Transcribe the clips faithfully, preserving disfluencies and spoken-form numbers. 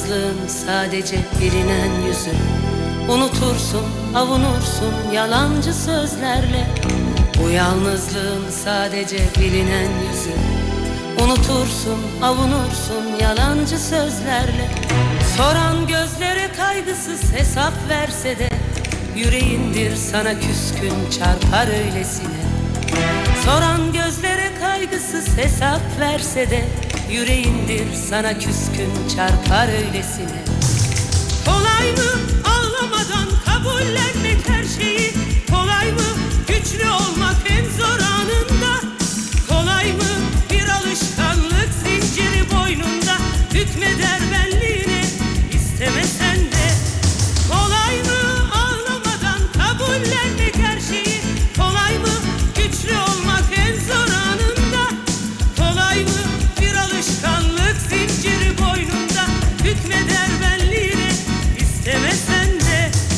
yalnızlığın sadece bilinen yüzü. Unutursun, avunursun yalancı sözlerle. Bu yalnızlığın sadece bilinen yüzü. Unutursun, avunursun yalancı sözlerle. Soran gözlere kaygısız hesap verse de yüreğindir sana küskün çarpar öylesine. Soran gözlere kaygısız hesap verse de yüreğindir sana küskün çarpar öylesine. Kolay mı ağlamadan kabullenmek her şeyi? Kolay mı güçlü olmak en zor anında? Kolay mı bir alışkanlık zinciri boynunda hükmeder benliğine istemesen de? Kolay mı ağlamadan kabullenmek her şeyi? Kolay mı güçlü olmak en zor anında? Kolay mı bir alışkanlık zinciri boynunda hükmeder benliğine istemesen de?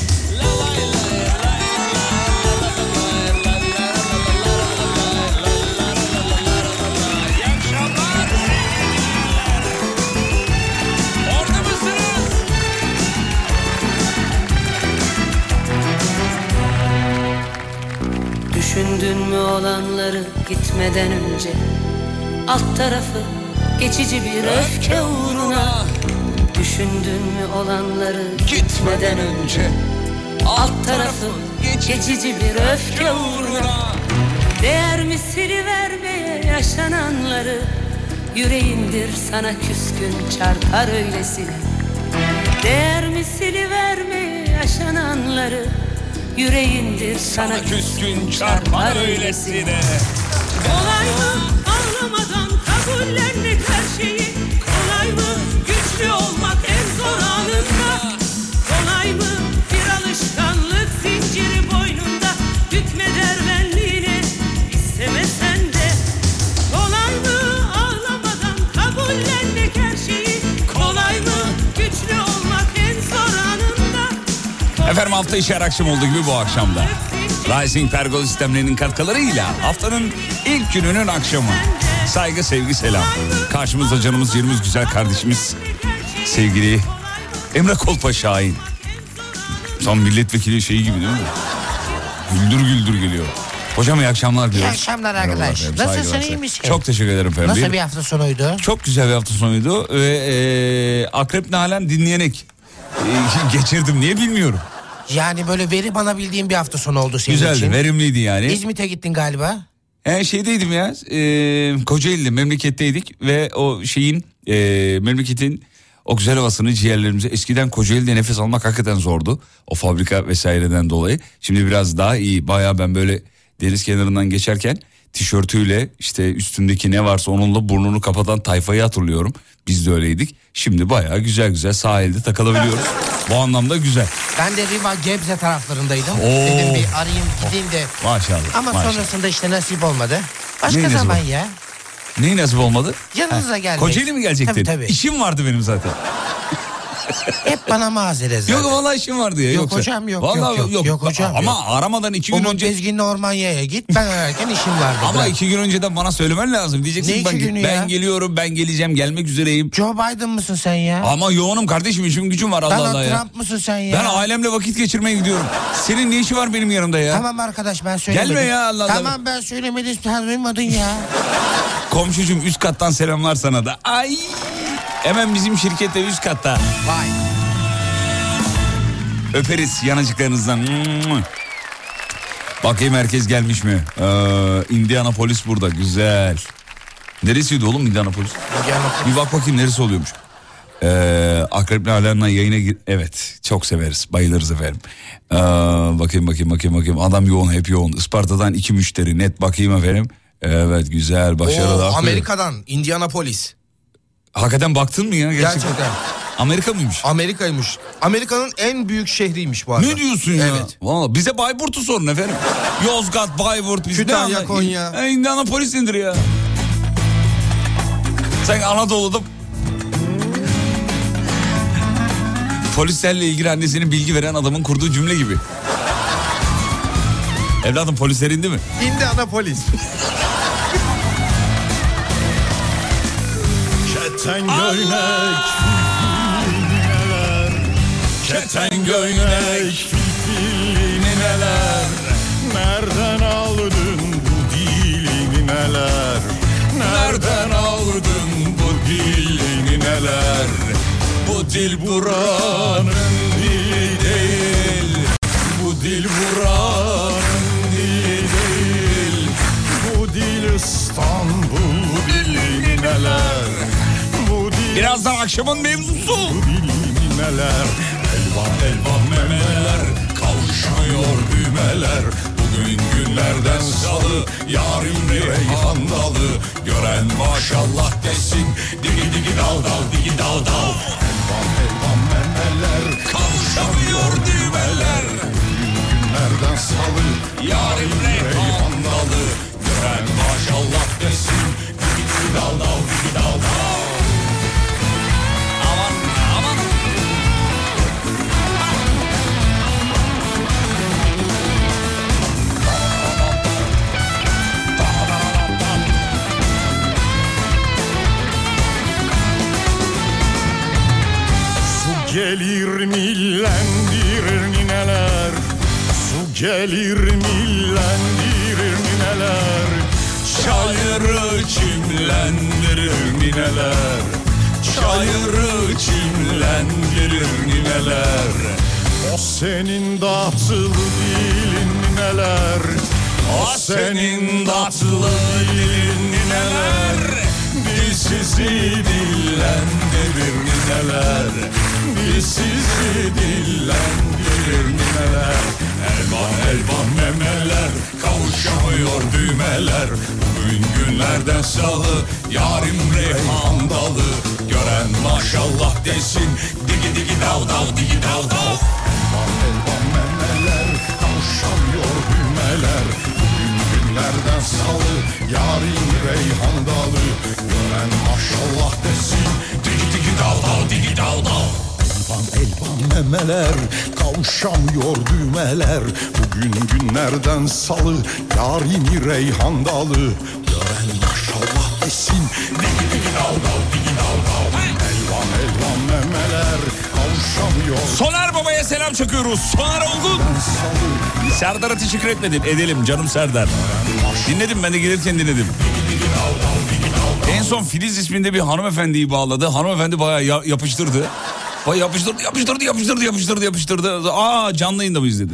Düşündün mü olanları gitmeden önce? Alt tarafı geçici bir öfke uğruna. Düşündün mü olanları gitmeden önce? Alt tarafı geçici bir öfke uğruna. Değer mi silivermeye yaşananları? Yüreğindir sana küskün çarpar öylesine. Değer mi silivermeye yaşananları? Yüreğindir sana, sana küskün çarpar öylesine. Kolay mı ağlamadan kabullenmek her şeyi? Kolay mı güçlü olmak en zor anında? Kolay mı bir alışkanlık zinciri boynunda hükmeder benliğine istemesen de? Kolay mı ağlamadan kabullenmek her şeyi? Kolay mı güçlü olmak en zor anında? Efendim hafta içi her akşam olduğu gibi bu akşamda Rising Pergol sistemlerinin katkılarıyla haftanın ilk gününün akşamı. Saygı, sevgi, selam. Karşımızda canımız, yerimiz, güzel kardeşimiz sevgili Emre Kolpa Şahin. Tam milletvekili şeyi gibi değil mi? Güldür güldür geliyor. Hocam iyi akşamlar diyoruz. İyi akşamlar arkadaş. Nasılsın, iyi misin? Çok teşekkür ederim efendim. Nasıl bir hafta sonuydu? Çok güzel bir hafta sonuydu. Ve e, Akrep Nalan dinleyerek e, geçirdim. Niye bilmiyorum. Yani böyle verim alabildiğim bir hafta sonu oldu senin Güzeldi, için. verimliydi yani. İzmit'e gittin galiba. He, şeydeydim ya, e, Kocaeli'de memleketteydik ve o şeyin e, memleketin o güzel havasını ciğerlerimize, eskiden Kocaeli'de nefes almak hakikaten zordu. O fabrika vesaireden dolayı. Şimdi biraz daha iyi, bayağı ben böyle deniz kenarından geçerken tişörtüyle işte üstündeki ne varsa onunla burnunu kapatan tayfayı hatırlıyorum. Biz de öyleydik. Şimdi bayağı güzel güzel sahilde takılabiliyoruz. Bu anlamda güzel. Ben de Riva Gebze taraflarındaydım. Oo. Dedim bir arayayım gideyim de. Maşallah. Ama maşallah. sonrasında işte nasip olmadı. Başka Neyi zaman nasip? ya. Neyi nasip olmadı? Yanınıza gelmek. Kocaeli mi gelecektin? Tabii tabii. İşim vardı benim zaten. Hep bana mazeret zaten. Yok vallahi işim vardı ya. Yok yoksa. hocam yok Vallahi yok yok. Yok, yok hocam Ama yok. aramadan iki gün Umut önce. Bezgin'le Ormanya'ya git, ben ararken işim vardı. Ama bırak. iki gün önceden bana söylemen lazım. Diyeceksin Ne iki ben, günü ben ya? geliyorum, ben geleceğim, gelmek üzereyim. Joe Biden mısın sen ya? Ama yoğunum kardeşim, işim gücüm var, Allah Donald Allah ya. Trump mısın sen ya? Ben ailemle vakit geçirmeye gidiyorum. Senin ne işi var benim yanımda ya? Tamam arkadaş, ben söylemedim. Gelme ya, Allah Allah. Tamam ben söylemedim, sen duymadın ya. Komşucum üst kattan selamlar sana da. Ay! Hemen bizim şirkette üst katta. Vay. Öperiz yanacıklarınızdan. Bakayım herkes gelmiş mi? Ee, Indianapolis burada, güzel. Neresiydi oğlum Indianapolis? Indianapolis. Bir bak bakayım neresi oluyormuş. Ee, Akrep Nalan'la yayına gir... Evet, çok severiz, bayılırız efendim. Ee, bakayım bakayım bakayım bakayım. Adam yoğun, hep yoğun. Isparta'dan iki müşteri net, bakayım efendim. Evet, güzel, başarılı. Oo, Amerika'dan Indianapolis. Hakikaten baktın mı ya? Gerçekten. Gerçekten. Amerika mıymış? Amerika'ymış. Amerika'nın en büyük şehriymiş bu arada. Ne diyorsun ya? Evet. Vallahi bize Bayburt'u sorun efendim. Yozgat, Bayburt. Biz Kütahya, ne Konya. E, Indianapolis nedir ya? Sen Anadolu'da... Polislerle ilgili annesinin bilgi veren adamın kurduğu cümle gibi. Evladım polisler indi mi? Indianapolis. Aa! keten göynek filfilli nineler. Nereden aldın bu dilini neler? Nereden aldın bu dilini neler? Bu dil buranın dili değil. Bu dil buranın dili değil. Bu dil İstanbul dilini neler? Bu dil Birazdan akşamın mevzusu. Bu dilini neler? Elvan elvan memeler, kavuşmuyor düğmeler. Bugün günlerden salı, yarın reyhan dalı. Gören maşallah desin, digi digi dal dal, digi dal dal. Elvan elvan memeler, kavuşamıyor düğmeler. Bugün günlerden salı, yarın reyhan dalı. Gören maşallah desin, digi digi dal dal, digi dal dal. Aman aman. Gelir millendirir nineler, su gelir millendirir nineler. Çayırı çimlendirir nineler, çayırı çimlendirir nineler. O senin tatlı dilin nineler, o senin tatlı dilin nineler. Dilsizi dillendirir nineler, dilsizi dillendirir nineler. Elvan elvan memeler, kavuşamıyor düğmeler. Bugün günlerden salı, yarın reyhan dalı. Gören maşallah desin, digi digi dal dal, digi dal dal. Elvan elvan memeler, kavuşamıyor düğmeler. Bugün günlerden salı, yarın reyhan dalı. Gören maşallah desin, digi digi dal dal, digi dal dal. Elvan elvan memeler, kavuşamıyor düğmeler. Bugün günlerden salı, yarın reyhan dalı. Gören maşallah desin, digi digi dal dal, digi dal dal. Elvan elvan memeler, kavuşamıyor. Soner Baba'ya selam çakıyoruz. Soner Olgun. Serdar'a teşekkür etmedin. Edelim canım Serdar. Dinledim, ben de gelirken dinledim. En son Filiz isminde bir hanımefendiyi bağladı. Hanımefendi bayağı ya- yapıştırdı. Bayağı yapıştırdı, yapıştırdı, yapıştırdı, yapıştırdı, yapıştırdı. Aa, canlı yayında mı izledi?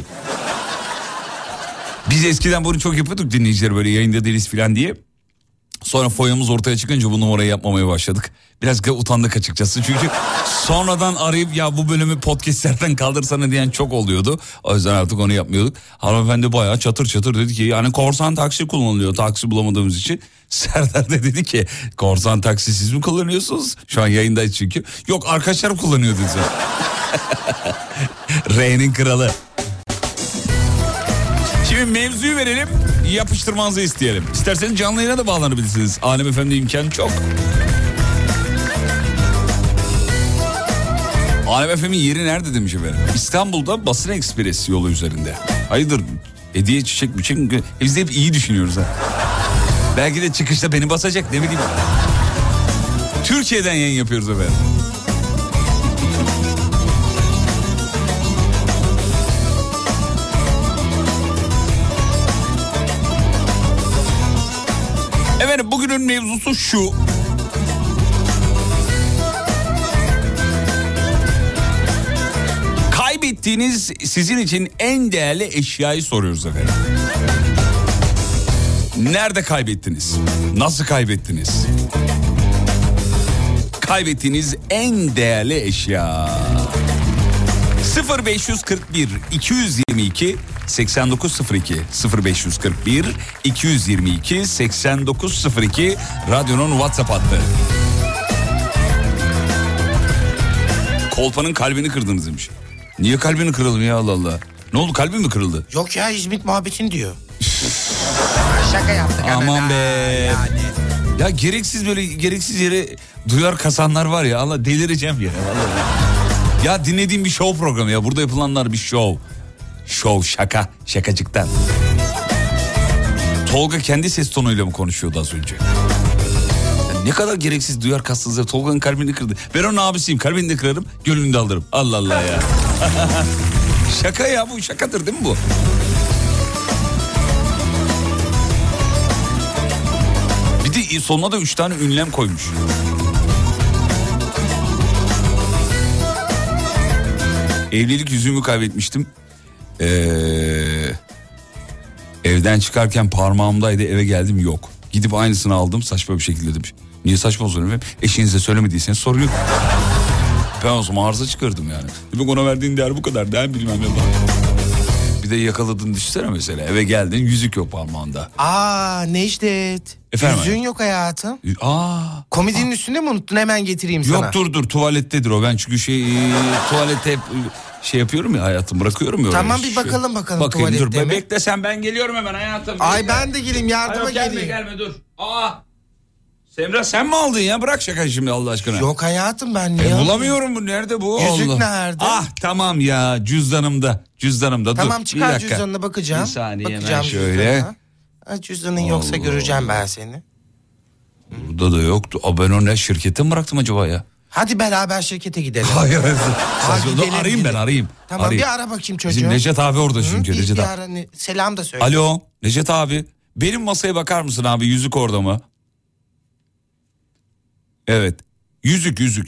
Biz eskiden bunu çok yapıyorduk, dinleyiciler böyle yayında değiliz falan diye. Sonra foyamız ortaya çıkınca bu numarayı yapmamaya başladık. Biraz da utandık açıkçası. Çünkü sonradan arayıp ya bu bölümü podcastlerden kaldırsana diyen çok oluyordu. O yüzden artık onu yapmıyorduk. Hanımefendi bayağı çatır çatır dedi ki yani korsan taksi kullanılıyor, taksi bulamadığımız için. Serdar da dedi ki korsan taksi siz mi kullanıyorsunuz? Şu an yayındayız çünkü. Yok, arkadaşlar kullanıyor dedi. R'nin kralı. Şimdi mevzuyu verelim, yapıştırmanızı isteyelim. İsterseniz canlı yayına da bağlanabilirsiniz. Alem F M'de imkan çok. Alem F M'in yeri nerede demiş efendim? İstanbul'da Basın Ekspres yolu üzerinde. Hayırdır, hediye çiçek çiçek biz de hep iyi düşünüyoruz ha. Belki de çıkışta beni basacak, ne bileyim. Türkiye'den yayın yapıyoruz efendim. Efendim bugünün mevzusu şu. Kaybettiğiniz sizin için en değerli eşyayı soruyoruz efendim. Nerede kaybettiniz? Nasıl kaybettiniz? Kaybettiğiniz en değerli eşya. sıfır beş kırk bir iki yüz yirmi iki seksen dokuz sıfır iki sıfır beş kırk bir iki yüz yirmi iki seksen dokuz sıfır iki radyonun WhatsApp hattı. Kolpanın kalbini kırdınız demiş. Niye kalbini kıralım ya, Allah Allah. Ne oldu, kalbin mi kırıldı? Yok ya, İzmit muhabbetini diyor. Şaka yaptık. Aman be. Yani. Ya gereksiz böyle gereksiz yere duyar kasanlar var ya, Allah delireceğim ya. Vallahi. Ya dinlediğim bir show programı ya, burada yapılanlar bir show. Show, şaka, şakacıktan. Tolga kendi ses tonuyla mı konuşuyordu az önce? Ne kadar gereksiz duyar kastınızlar. Tolga'nın kalbini kırdı. Ben onun abisiyim. Kalbini de kırarım. Gönlünü de alırım. Allah Allah ya. Şaka ya, bu şakadır değil mi bu? Bir de sonuna da üç tane ünlem koymuş. Evlilik yüzüğümü kaybetmiştim. Ee, evden çıkarken parmağımdaydı, eve geldim yok. Gidip aynısını aldım, saçma bir şekilde demiş. Niye saçma soruyorum efendim? Eşinize söylemediyseniz sorun. Ben o zaman arıza çıkardım yani. Demek ona verdiğin değer bu kadar, değer bilmem ne. Bir de yakaladın düşünsene mesela, eve geldin yüzük yok parmağında. Aa Necdet. Efendim? Yüzüğün yok hayatım. Aa. Komedinin aa. üstünde mi unuttun, hemen getireyim sana. Yok dur dur tuvalettedir o, ben çünkü şey tuvalette hep şey yapıyorum ya hayatım, bırakıyorum ya. Tamam öyle. bir bakalım bakalım Bakayım, tuvalette dur, mi? Bekle sen, ben geliyorum hemen hayatım. Ay bekle. ben de geleyim, yardıma Ay, yok, gelme, geleyim. Gelme gelme dur. Aa. Semra sen mi aldın ya? Bırak şaka şimdi Allah aşkına. Yok hayatım, ben niye e, aldım? bulamıyorum bu, nerede bu? Yüzük Allah. nerede? Ah tamam ya, cüzdanımda. Cüzdanımda tamam, dur. çıkar cüzdanına bakacağım. Bir saniye bakacağım hemen şöyle. Ha, cüzdanın yoksa Allah. Göreceğim ben seni. Burada da yoktu. Aa, ben onu ne şirkete mi bıraktım acaba ya? Hadi beraber şirkete gidelim. Hayır. Hadi gidelim, arayayım gidelim. ben arayayım. Tamam arayayım. bir ara bakayım çocuğu. Bizim Necdet abi orada çünkü. Hı, Necdet bir abi. ara, ne, selam da söyle. Alo Necdet abi. Benim masaya bakar mısın abi, yüzük orada mı? Evet. Yüzük yüzük.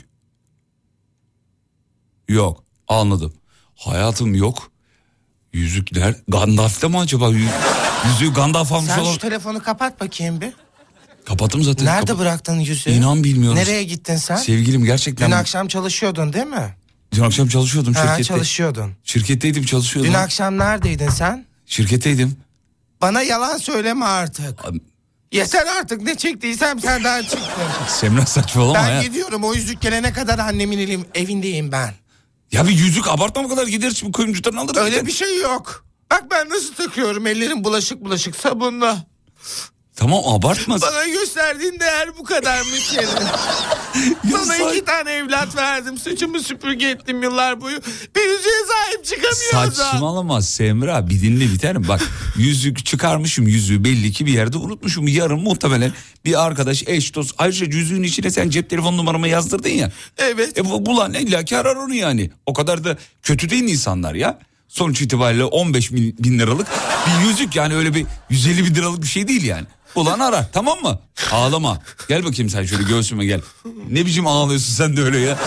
Yok. Anladım. Hayatım yok. Yüzükler. Gandalf'ta mı acaba? Yüzüğü Gandalf almış olan. Sen şu telefonu kapat bakayım bir. Kapattım zaten. Nerede Kapat... bıraktın yüzüğü? İnan bilmiyorum. Nereye gittin sen? Sevgilim gerçekten. Dün akşam çalışıyordun değil mi? Dün akşam çalışıyordum ha, şirkette. çalışıyordun. Şirketteydim, çalışıyordum. Dün akşam neredeydin sen? Şirketteydim. Bana yalan söyleme artık. Abi... Yeter artık, ne çektiysem senden çıktım. Semra saçmalama ben ya. Ben gidiyorum, o yüzük gelene kadar annemin elim, evindeyim ben. Ya bir yüzük abartma bu kadar, gideriz şimdi kuyumcudan alırız. Öyle gidelim. Bir şey yok. Bak ben nasıl takıyorum, ellerim bulaşık bulaşık sabunla. Tamam abartma. Bana gösterdiğin değer bu kadarmış senin. Sana say... iki tane evlat verdim. Saçımı süpürge ettim yıllar boyu. Bir yüzüğe sahip çıkamıyorsun. Saçmalama Semra, bir dinle biterim. Bak yüzük çıkarmışım, yüzüğü belli ki bir yerde unutmuşum. Yarın muhtemelen bir arkadaş, eş, dost. Ayrıca yüzüğün içine sen cep telefon numaramı yazdırdın ya. Evet. E bulan illaki arar onu yani. O kadar da kötü değil insanlar ya. Sonuç itibariyle on beş bin liralık bir yüzük, yani öyle bir yüz elli bin liralık bir şey değil yani. Ulan ara, tamam mı? Ağlama. Gel bakayım sen şöyle göğsüme gel. Ne biçim ağlıyorsun sen de öyle ya.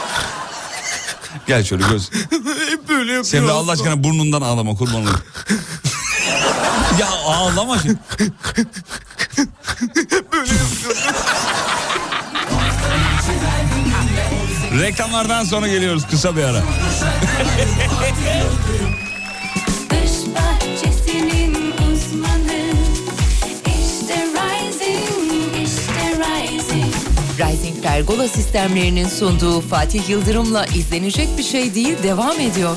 Gel şöyle göğsüme. Hep böyle yapıyorsun. Semra Allah aşkına burnundan ağlama, kurban olayım. Ya ağlama şimdi. Böyle yapıyorsun. Reklamlardan sonra geliyoruz, kısa bir ara. Rising Pergola sistemlerinin sunduğu Fatih Yıldırım'la izlenecek bir şey değil devam ediyor.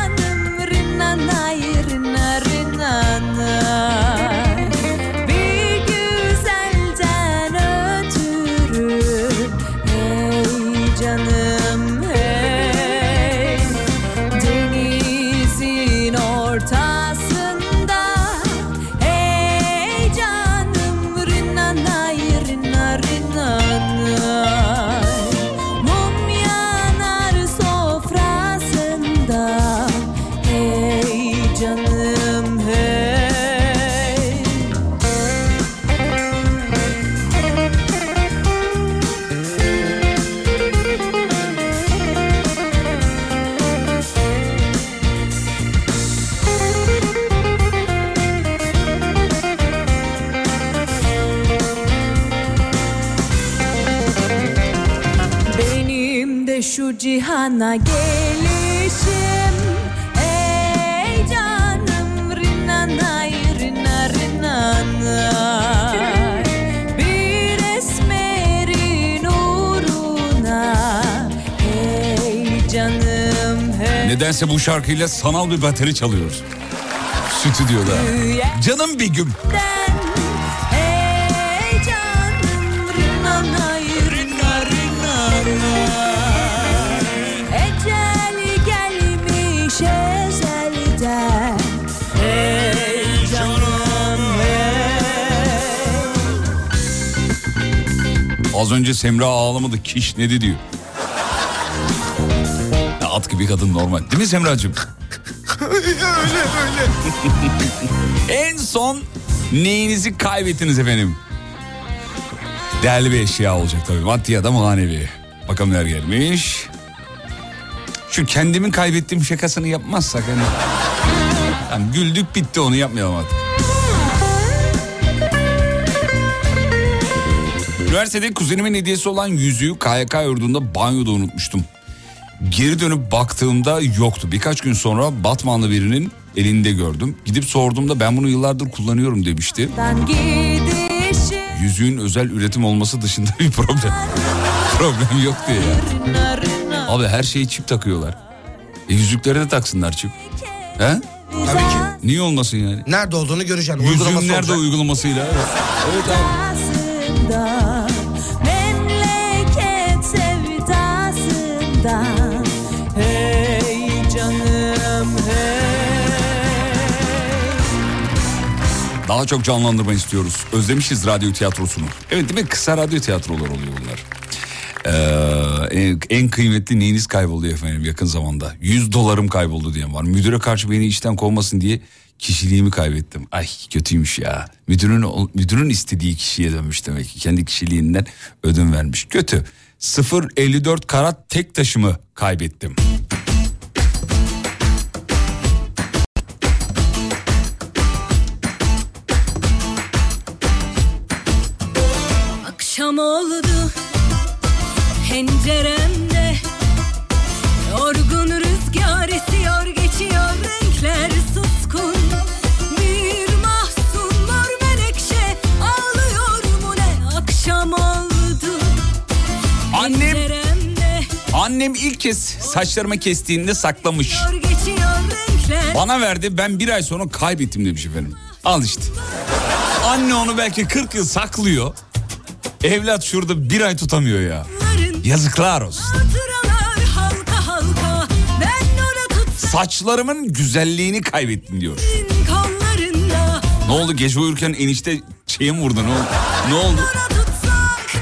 Bir şu cihana gelişim. Ey canım rinanay rina rinanay, bir esmerin uğruna. Hey canım hey. Nedense bu şarkıyla sanal bir bateri çalıyoruz stüdyoda. Canım Begüm. Ey canım rinanay rina rinanay, ecel gelmiş ezelden. Hey canım hey. Az önce Semra ağlamadı, kişnedi diyor. Ya at gibi kadın normal. Değil mi Semracığım? öyle öyle. En son neyinizi kaybettiniz efendim? Değerli bir eşya olacak tabii. Maddi ya da manevi. Bakalım neler gelmiş. Şu kendimin kaybettiğim şakasını yapmazsak hani. Yani güldük bitti, onu yapmayalım artık. Üniversitede kuzenimin hediyesi olan yüzüğü K Y K yurdunda banyoda unutmuştum. Geri dönüp baktığımda yoktu. Birkaç gün sonra Batmanlı birinin elinde gördüm. Gidip sorduğumda ben bunu yıllardır kullanıyorum demişti. Yüzüğün özel üretim olması dışında bir problem. Problem yok diye ya. Abi her şeyi çip takıyorlar. E yüzüklere de taksınlar çip. He? Tabii ki. Niye olmasın yani? Nerede olduğunu göreceksin. Yüzüğün Uygulaması nerede olacak. uygulamasıyla? Evet, evet abi. Memleket sevdasında. Hey canım hey. Daha çok canlandırma istiyoruz. Özlemişiz radyo tiyatrosunu. Evet değil mi? Kısa radyo tiyatrolar oluyor bunlar. Ee, en, en kıymetli neyiniz kayboluyor efendim yakın zamanda? yüz dolarım kayboldu diyen var. Müdüre karşı beni işten kovmasın diye kişiliğimi kaybettim. Ay kötüymüş ya. Müdürün, müdürün istediği kişiye dönmüş demek ki. Kendi kişiliğinden ödün vermiş. Kötü. sıfır elli dört karat tek taşımı kaybettim. Akşam oldu penceremde, yorgun rüzgar esiyor geçiyor, renkler suskun. Bir mahzun mor menekşe ağlıyor mu ne? Akşam oldu Annem, penceremde, annem ilk kez saçlarımı kestiğinde saklamış. geçiyor renkler. Bana verdi, ben bir ay sonra kaybettim demiş efendim. Al işte. Anne onu belki kırk yıl saklıyor. Evlat şurada bir ay tutamıyor ya. Yazıklar olsun. Hatıralar halka halka, ben ona tuttum Saçlarımın güzelliğini kaybettim diyor. kollarında. Ne oldu, gece uyurken enişte şeye mi vurdu, ne oldu? Ne oldu? Ona tutsak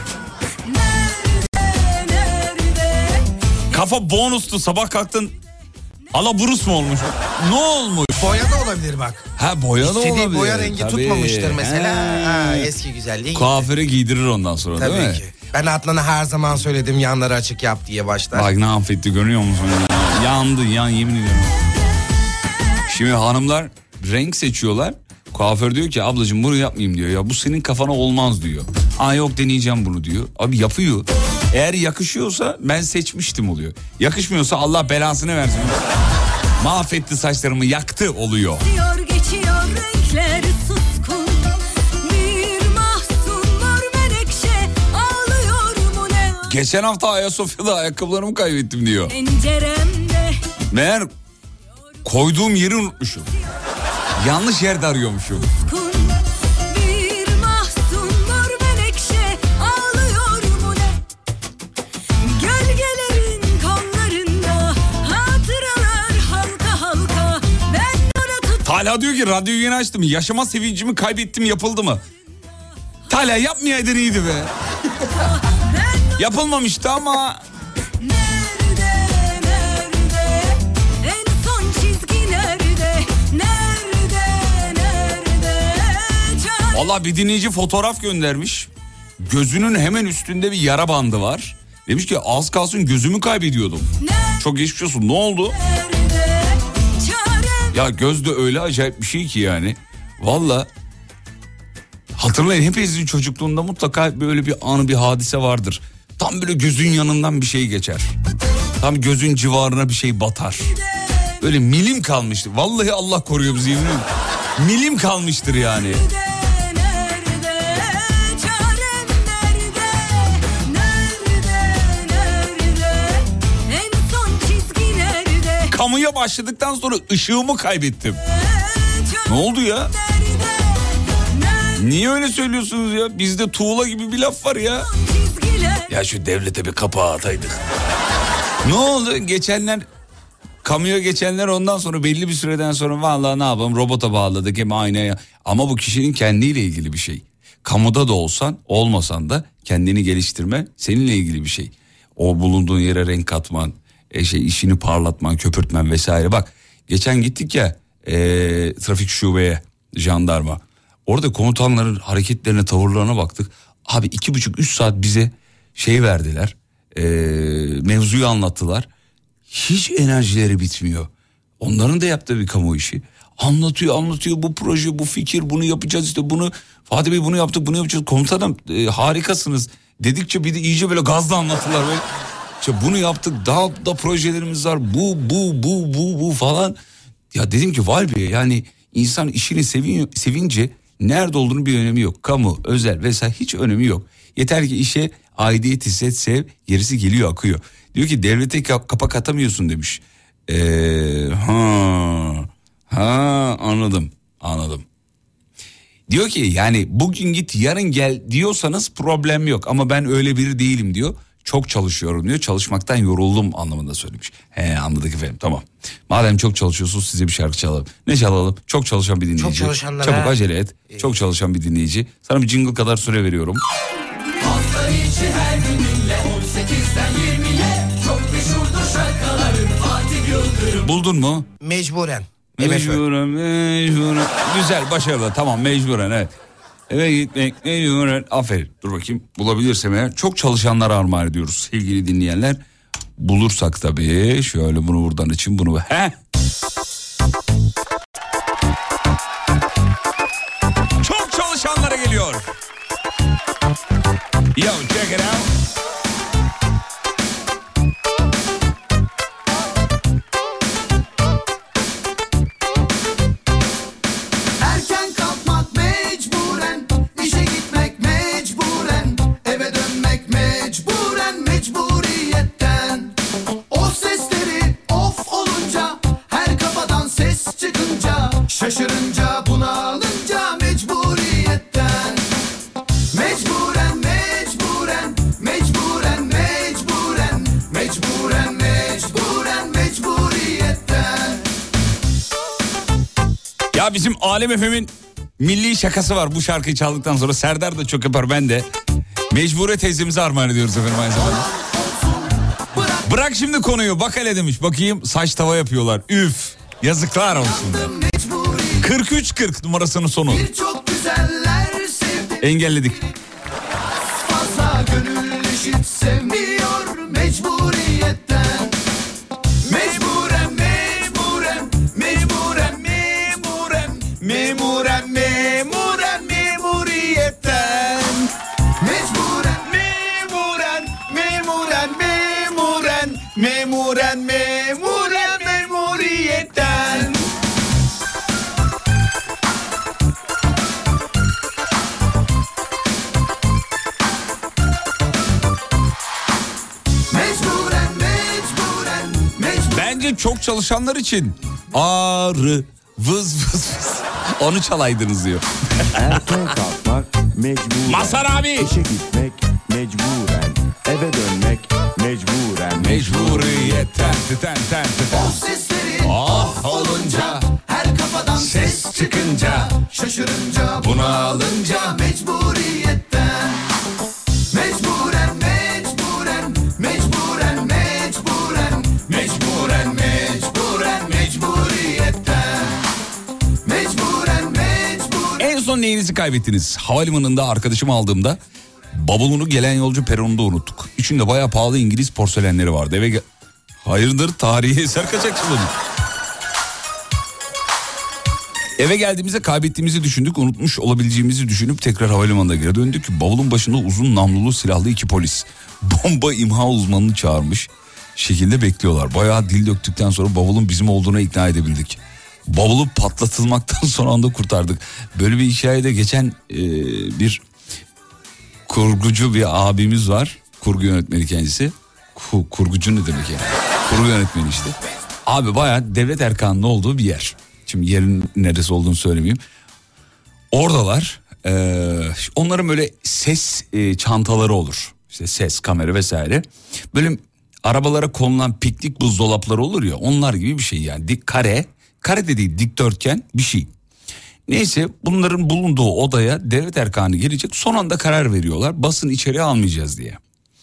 nerede nerede? Kafa bonustu, sabah kalktın. Alaburus mu olmuş? Ne olmuş? Boya da olabilir bak. Ha boya da olabilir. İstediği boya rengi Tabii. tutmamıştır mesela. He. Ha, eski güzelliği. Kuaföre giydirir ondan sonra. Tabii değil mi? ki. Ben Adnan'a her zaman söyledim yanları açık yap diye başlar. Bak ne affetti, görüyor musun? Yandı yan, yemin ediyorum. Şimdi hanımlar renk seçiyorlar. Kuaför diyor ki ablacığım bunu yapmayayım diyor. Ya bu senin kafana olmaz diyor. Aa yok deneyeceğim bunu diyor. Abi yapıyor. Eğer yakışıyorsa ben seçmiştim oluyor. Yakışmıyorsa Allah belasını versin. Mahvetti saçlarımı, yaktı oluyor. Geçiyor geçiyor renkler suskun. Bir mahzun mor menekşe ağlıyor mu ne? Geçen hafta Ayasofya'da ayakkabılarımı kaybettim diyor. Penceremde Meğer koyduğum yeri unutmuşum. Yanlış yerde arıyormuşum. kun. Bir mahzun mor menekşe ağlıyor mu ne? Gölgelerin kollarında hatıralar halka halka, ben ona tut. Talha diyor ki radyoyu yeni açtım. Yaşama sevincimi kaybettim, yapıldı mı? Talha yapmayaydın iyiydi be. Yapılmamıştı ama. Nerede nerede? En son çizgi nerede? Nerede nerede? Çare- Vallahi bir dinleyici fotoğraf göndermiş. Gözünün hemen üstünde bir yara bandı var. Demiş ki az kalsın gözümü kaybediyordum. Çok geçmiş olsun. Ne oldu? Nerede? Çare- Ya göz de öyle acayip bir şey ki yani. Vallahi hatırlayın, hepinizin çocukluğunda mutlaka böyle bir anı, bir hadise vardır. Tam böyle gözün yanından bir şey geçer. Tam gözün civarına bir şey batar. Böyle milim kalmıştır. Vallahi Allah koruyor bizi. Milim kalmıştır yani. Kamuya başladıktan sonra ışığımı kaybettim. Ne oldu ya? Niye öyle söylüyorsunuz ya? Bizde tuğla gibi bir laf var ya. Ya şu devlete bir kapağı ataydık. Ne oldu? Geçenler, kamuya geçenler ondan sonra belli bir süreden sonra vallahi ne yapalım robota bağladık hem aynaya. Ama bu kişinin kendiyle ilgili bir şey. Kamuda da olsan olmasan da kendini geliştirme seninle ilgili bir şey. O bulunduğun yere renk katman, e şey işini parlatman, köpürtmen vesaire. Bak geçen gittik ya e, trafik şubeye, jandarma. Orada komutanların hareketlerine, tavırlarına baktık. Abi iki buçuk üç saat bize şey verdiler. E, mevzuyu anlattılar. Hiç enerjileri bitmiyor. Onların da yaptığı bir kamu işi. Anlatıyor anlatıyor bu proje, bu fikir, bunu yapacağız işte bunu. Fatih Bey bunu yaptık, bunu yapacağız. Komutanım e, harikasınız dedikçe bir de iyice böyle gazla anlattılar. Böyle. İşte bunu yaptık, daha da projelerimiz var. Bu bu bu bu bu falan. Ya dedim ki vay be, yani insan işini sevin, sevince nerede olduğunu bir önemi yok. Kamu, özel vesaire hiç önemi yok. Yeter ki işe aidiyet hisset, sev, gerisi geliyor, akıyor. Diyor ki devlete kapak atamıyorsun demiş. Ee, ha, ha anladım, anladım. Diyor ki yani bugün git yarın gel diyorsanız problem yok. Ama ben öyle biri değilim diyor. Çok çalışıyorum diyor. Çalışmaktan yoruldum anlamında söylemiş. He anladık efendim, tamam. Madem çok çalışıyorsunuz size bir şarkı çalalım. Ne çalalım? Çok çalışan bir dinleyici. Çok çalışanlara... Çabuk acele et. Ee... Çok çalışan bir dinleyici. Sana bir jingle kadar süre veriyorum. Hafta içi her gününle on sekizden yirmiye çok meşhurdur şarkıların Fatih Yıldırım. Buldun mu? Mecburen. Mecburen, mecburen. Güzel, başarılı. Tamam, mecburen, evet. Eve gitmek mecburen. Aferin. Dur bakayım, bulabilirsem eğer. Çok çalışanlara armağan ediyoruz sevgili dinleyenler. Bulursak tabii. Şöyle bunu buradan için bunu. He? Çok çalışanlara geliyor. Yo, check it out. Şaşırınca bunalınca mecburiyetten Mecburen mecburen mecburen mecburen Mecburen mecburen mecburiyetten. Ya bizim Alem Efem'in milli şakası var bu şarkıyı çaldıktan sonra. Serdar da çok yapar, ben de. Mecbure teyzemize armağan ediyoruz efendim aynı zamanda. Bırak şimdi konuyu, bak hele demiş. Bakayım saç tava yapıyorlar. Üf, yazıklar olsun. kırk üç kırk numarasının sonu. Engelledik. Fazla gönül eşit sevmiyor mecburiyetten. Mecburen mecburen mecburen memuren memuren memuren memuriyetten. Mecburen memuren memuren memuren memuren memuren memuriyetten. Bence çok çalışanlar için ağrı vız vız vız onu çalaydınız diyor. Erken kalkmak mecburen. Mazhar abi. İşe gitmek mecburen. Eve dönmek mecburen. Mecburiyetten titen ten titen. O sesleri ah olunca, her kafadan ses çıkınca, şaşırınca bunalınca mecburiyetten. Mecburen mecburen mecburen mecburen mecburen mecburen mecburiyetten. Mecburen mecburen. En son neyinizi kaybettiniz? Havalimanında arkadaşımı aldığımda bavulunu gelen yolcu peronunda unuttuk. İçinde bayağı pahalı İngiliz porselenleri vardı. Eve ge- Hayırdır, tarihi eser kaçakçılığı mı? Eve geldiğimizde kaybettiğimizi düşündük, unutmuş olabileceğimizi düşünüp tekrar havalimanına geri döndük. Bavulun başında uzun namlulu silahlı iki polis. Bomba imha uzmanını çağırmış. şekilde bekliyorlar. Bayağı dil döktükten sonra bavulun bizim olduğuna ikna edebildik. Bavulu patlatılmaktan son anda kurtardık. Böyle bir hikayede geçen e, bir kurgucu bir abimiz var. Kurgu yönetmeni kendisi. Ku, kurgucu ne demek yani? Kurgu yönetmeni işte. Abi bayağı devlet erkanının olduğu bir yer. Şimdi yerin neresi olduğunu söylemeyeyim. Oradalar. Ee, onların böyle ses e, çantaları olur. İşte ses, kamera vesaire. Böyle arabalara konulan piknik buzdolapları olur ya. Onlar gibi bir şey yani. Dik kare. Kare de değil, dikdörtgen bir şey. Neyse bunların bulunduğu odaya devlet erkanı gelecek. Son anda karar veriyorlar. Basın içeri almayacağız diye.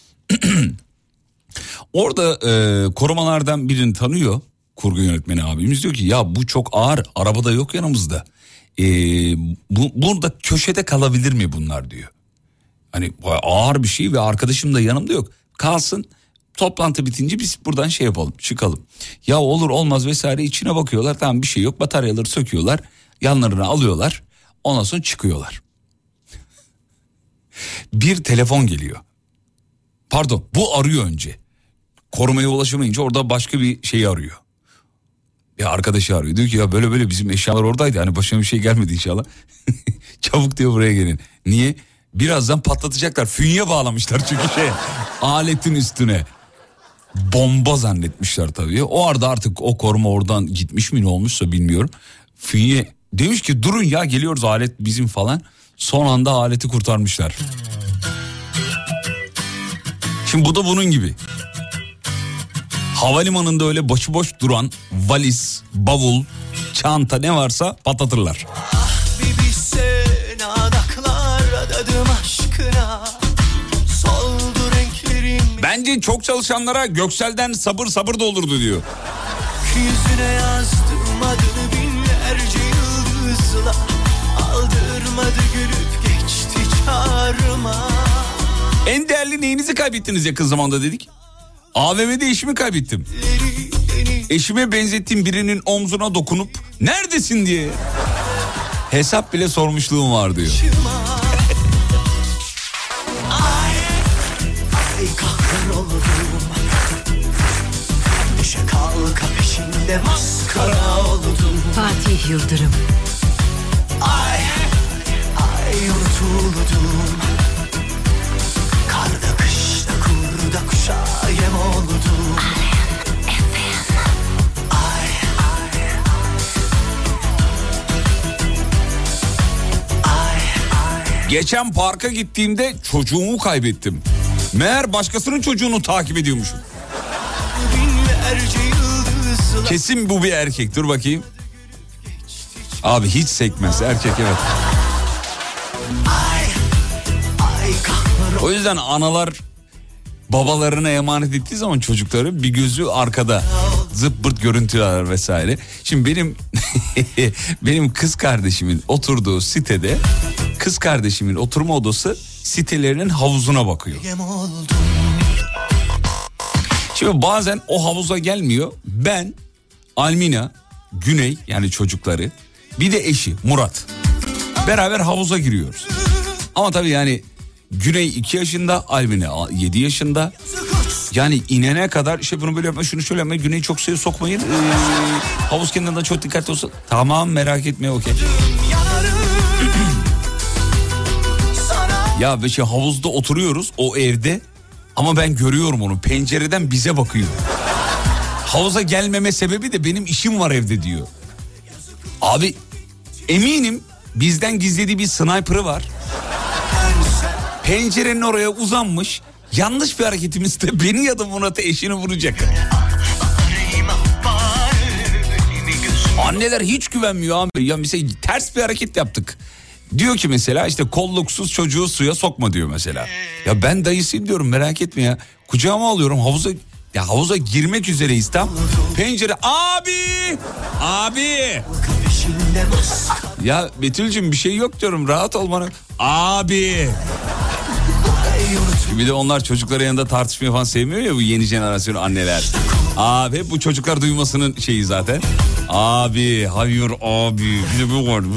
Orada e, korumalardan birini tanıyor. Kurgu yönetmeni abimiz diyor ki ya bu çok ağır. Arabada yok yanımızda. E, bu, burada köşede kalabilir mi bunlar diyor. Hani ağır bir şey ve arkadaşım da yanımda yok. Kalsın, toplantı bitince biz buradan şey yapalım, çıkalım. Ya olur olmaz vesaire, içine bakıyorlar, tamam bir şey yok, bataryaları söküyorlar, yanlarına alıyorlar, ondan sonra çıkıyorlar. Bir telefon geliyor. Pardon, bu arıyor önce. Korumaya ulaşamayınca orada başka bir şeyi arıyor. Bir arkadaşı arıyor. Diyor ki ya böyle böyle bizim eşyalar oradaydı. Hani başına bir şey gelmedi inşallah. Çabuk diyor buraya gelin. Niye? Birazdan patlatacaklar. Fünye bağlamışlar çünkü şey aletin üstüne. Bomba zannetmişler tabii. O arada artık o koruma oradan gitmiş mi ne olmuşsa bilmiyorum. Fünye demiş ki durun ya geliyoruz, alet bizim falan. Son anda aleti kurtarmışlar. Şimdi bu da bunun gibi. Havalimanında öyle başıboş duran valiz, bavul, çanta ne varsa patlatırlar. Ah bir bilsen adaklar adadım aşkına. Soldu renklerim. Bence çok çalışanlara Göksel'den sabır sabır doldurdu diyor. Yüzüne yazdım adını binlerce yıldızla. Aldırmadı gülüp geçti çağrıma. En değerli neyinizi kaybettiniz yakın zamanda dedik. A V M'de eşimi kaybettim. Eşime benzettiğim birinin omzuna dokunup neredesin diye hesap bile sormuşluğum var diyor. Ay, ay kahroldum. Düşe kalka peşinde maskara oldum. Fatih Yıldırım. Ay, ay unutuldum. Karda kışta kurda kuşa yem oldum. Ay, ay, ay, ay. Geçen parka gittiğimde çocuğumu kaybettim. Meğer başkasının çocuğunu takip ediyormuşum. Binlerce yıldızla. Kesin bu bir erkek, dur bakayım. Abi hiç sekmez erkek, evet. Ay, ay kahroldum. O yüzden analar babalarına emanet ettiği zaman çocukları bir gözü arkada, zıp pırt görüntüler vesaire. Şimdi benim benim kız kardeşimin oturduğu sitede, kız kardeşimin oturma odası sitelerinin havuzuna bakıyor. Yem oldum. Şimdi bazen o havuza gelmiyor. Ben, Almina, Güney yani çocukları, bir de eşi Murat beraber havuza giriyoruz. Ama tabii yani Güney iki yaşında, Almina yedi yaşında. Yani inene kadar işte bunu böyle yapma, şunu şöyle yapma, Güney'i çok suya sokmayın. Ee, havuz kenarında çok dikkatli olsun. Tamam, merak etme, okey. Ya ve şey havuzda oturuyoruz o evde ama ben görüyorum onu, pencereden bize bakıyor. Havuza gelmeme sebebi de benim işim var evde diyor. Abi eminim bizden gizlediği bir sniper'ı var. Pencerenin oraya uzanmış, yanlış bir hareketimizde beni ya da Murat'ı, eşini vuracak. Anneler hiç güvenmiyor abi. Ya mesela ters bir hareket yaptık. Diyor ki mesela işte kolluksuz çocuğu suya sokma diyor mesela. Ya ben dayısıyım diyorum, merak etme ya. Kucağıma alıyorum, havuza ya havuza girmek üzereyiz tam. Pencere abi abi. Ya Betül'cüm bir şey yok diyorum, rahat ol bana. Abi. Bir de onlar çocukların yanında tartışmayı falan sevmiyor ya bu yeni jenerasyon anneler. Abi bu çocuklar duymasının şeyi zaten. Abi hayır abi. Bize bu var.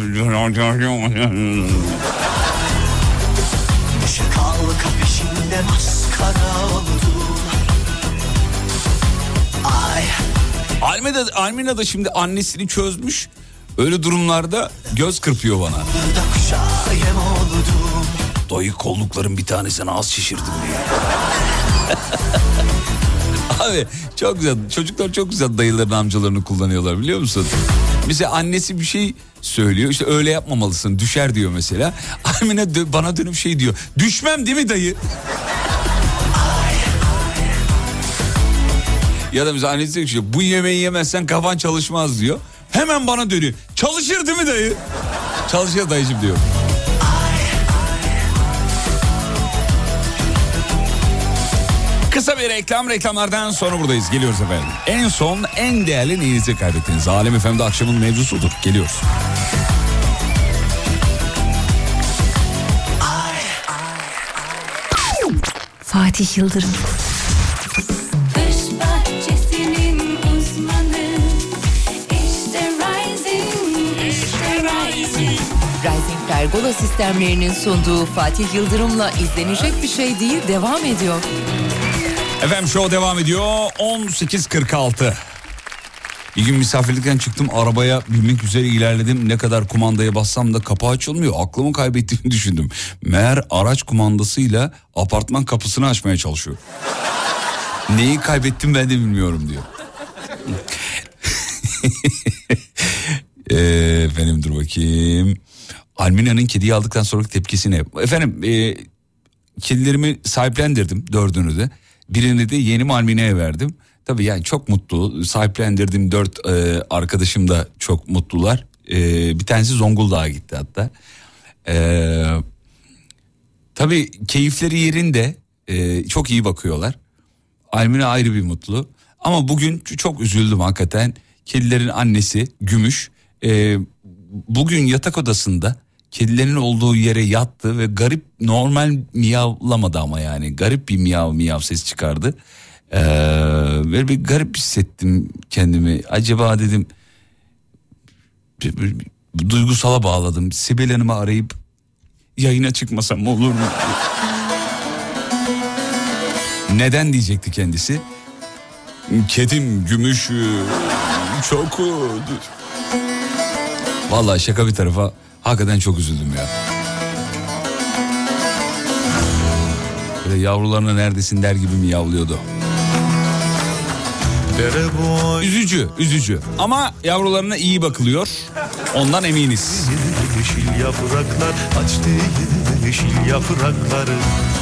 Almina da, Almina da şimdi annesini çözmüş. Öyle durumlarda göz kırpıyor bana. Dayı kollukların bir tanesine az şişirdim diye. Abi çok güzel. Çocuklar çok güzel dayıların amcalarını kullanıyorlar biliyor musun? Mesela annesi bir şey söylüyor. İşte öyle yapmamalısın. Düşer diyor mesela. Almina dö- bana dönüp şey diyor. Düşmem değil mi dayı? Ya da mesela annesi diyor ki bu yemeği yemezsen kafan çalışmaz diyor. Hemen bana dönüyor. Çalışır değil mi dayı? Çalışıyor dayıcım diyor. Kısa bir reklam, reklamlardan sonra buradayız. Geliyoruz efendim. En son en değerli neyinizi kaybettiniz? Alem F M'de akşamın mevzusudur. Geliyoruz. Fatih Yıldırım. Kış bahçesinin uzmanı, işte Rising, işte Rising. Rising Pergola sistemlerinin sunduğu Fatih Yıldırım'la izlenecek bir şey değil devam ediyor. Efendim show devam ediyor. on sekiz kırk altı. Bir gün misafirlikten çıktım, arabaya binmek üzere ilerledim. Ne kadar kumandaya bassam da kapı açılmıyor. Aklımı kaybettiğimi düşündüm. Meğer araç kumandasıyla apartman kapısını açmaya çalışıyor. Neyi kaybettim ben de bilmiyorum diyor. ee, efendim dur bakayım. Almina'nın kediyi aldıktan sonraki tepkisi ne? Efendim e, kedilerimi sahiplendirdim, dördünü de. Birini de yeni Almina'ya verdim. Tabii yani çok mutlu. Sahiplendirdiğim dört e, arkadaşım da çok mutlular. E, bir tanesi Zonguldak'a gitti hatta. E, tabii keyifleri yerinde. E, çok iyi bakıyorlar. Almina ayrı bir mutlu. Ama bugün çok üzüldüm hakikaten. Kedilerin annesi Gümüş. E, bugün yatak odasında kedilerin olduğu yere yattı ve garip, normal miyavlamadı ama yani garip bir miyav miyav ses çıkardı. Ee, böyle bir garip hissettim kendimi. Acaba dedim, bir, bir, bir, duygusala bağladım. Sibel Hanım'ı arayıp yayına çıkmasam olur mu? Neden diyecekti kendisi? Kedim Gümüş çok... Vallahi şaka bir tarafa hakikaten çok üzüldüm ya. Böyle yavrularına neredesin der gibi mi yavlıyordu? Üzücü, üzücü. Ama yavrularına iyi bakılıyor. Ondan eminiz. Yeşil yapraklar açtı yeşil yaprakları.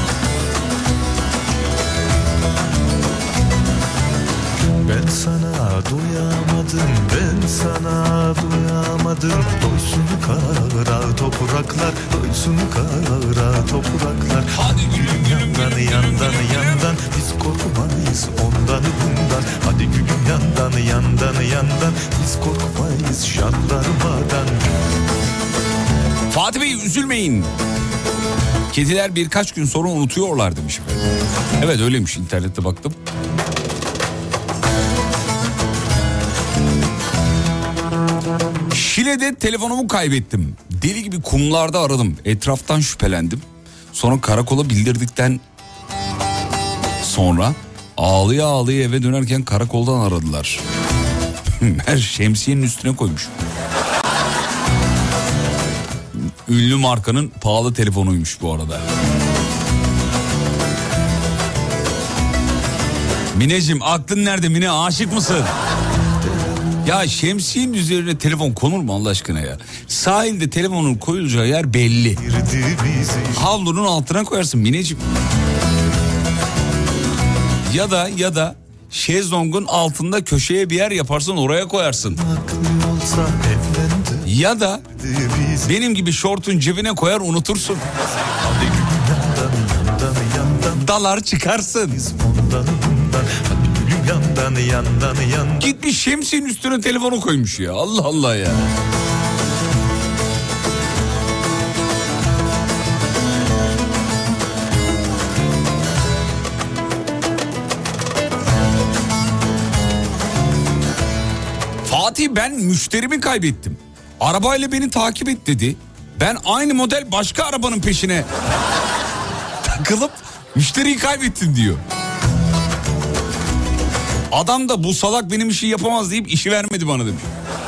Ben sana doyamadım, ben sana doyamadım. Doysun kara topraklar, doysun kara topraklar. Hadi gülüm yandan yandan yandan, biz korkmayız ondan bundan. Hadi gülüm yandan yandan yandan, biz korkmayız jandarmadan. Fatih Bey üzülmeyin. Kediler birkaç gün sonra unutuyorlar demiş efendim. Evet öyleymiş, internette baktım. Şile'de telefonumu kaybettim. Deli gibi kumlarda aradım. Etraftan şüphelendim. Sonra karakola bildirdikten sonra ağlıya ağlıya eve dönerken karakoldan aradılar. Her şemsiyenin üstüne koymuş. Ünlü markanın pahalı telefonuymuş bu arada. Mineciğim aklın nerede Mine, aşık mısın? Ya şemsiyenin üzerine telefon konur mu Allah aşkına ya? Sahilde telefonun koyulacağı yer belli. Havlunun altına koyarsın Mineciğim. Ya da ya da şezlongun altında köşeye bir yer yaparsın, oraya koyarsın. Ya da benim gibi şortun cebine koyar unutursun. Dalar çıkarsın. Yandan, yandan, yandan. Gitmiş şemsiyenin üstüne telefonu koymuş ya. Allah Allah ya. Fatih ben müşterimi kaybettim. Arabayla beni takip et dedi. Ben aynı model başka arabanın peşine takılıp müşteriyi kaybettim diyor. Adam da bu salak benim işi yapamaz deyip işi vermedi bana demiş.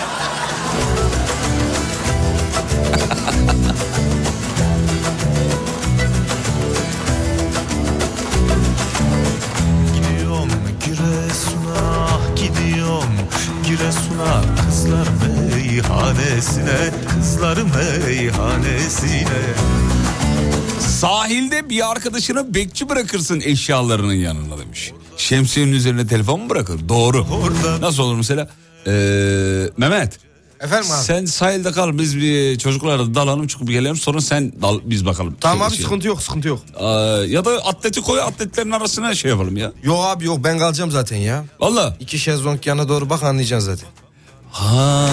Gidiyorum Giresun'a, gidiyorum Giresun'a, kızlar meyhanesine, kızlar meyhanesine. Sahilde bir arkadaşına bekçi bırakırsın eşyalarının yanına demiş. Şemsiyenin üzerine telefon mu bırakır? Doğru. Orada. Nasıl olur mesela? Ee, Mehmet. Efendim abi. Sen sahilde kal, biz bir çocuklarla dalalım, çıkıp gelelim, sonra sen dal, biz bakalım. Tamam şey, abi şey. sıkıntı yok sıkıntı yok. Ee, ya da atleti koy, atletlerin arasına şey yapalım ya. Yok abi yok, ben kalacağım zaten ya. Valla. İki şezlong yana doğru bak, anlayacaksın zaten. Ha.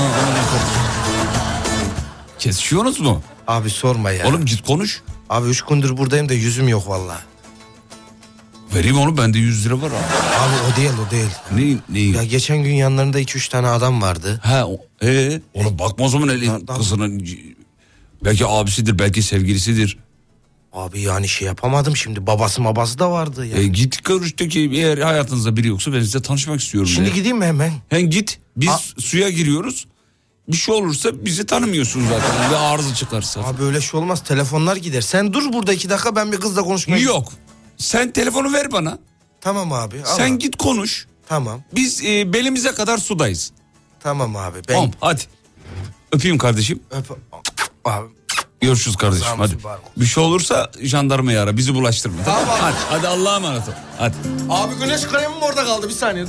Kesişiyorsunuz mu? Abi sorma ya. Oğlum git konuş. Abi üç gündür buradayım da yüzüm yok vallahi. Vereyim onu, bende yüz lira var abi. Abi o değil o değil. Ne? ne? Ya geçen gün yanlarında iki üç tane adam vardı. Ha, ee, ona bakma o zaman elin Da- kızının. Belki abisidir, belki sevgilisidir. Abi yani şey yapamadım şimdi, babası babası da vardı ya. E, git görüştü ki eğer hayatınızda biri yoksa ben size tanışmak istiyorum. Şimdi de. gideyim mi hemen? Hem git, biz A- suya giriyoruz. Bir şey olursa bizi tanımıyorsun zaten. Bir arıza çıkarsa. Abi öyle şey olmaz, telefonlar gider. Sen dur burada iki dakika, ben bir kızla konuşmaya... Yok. Sen telefonu ver bana. Tamam abi. al Sen abi. git konuş. Tamam. Biz e, belimize kadar sudayız. Tamam abi. Ben... Tamam hadi. Öpeyim kardeşim. Öp... Abi. Görüşürüz kardeşim Sağ hadi. olasın, var olsun. Bir şey olursa jandarmayı ara, bizi bulaştırma. Tamam. Tamam. Hadi, hadi Allah'a emanet ol. Hadi. Abi güneş kremim orada kaldı, bir saniye.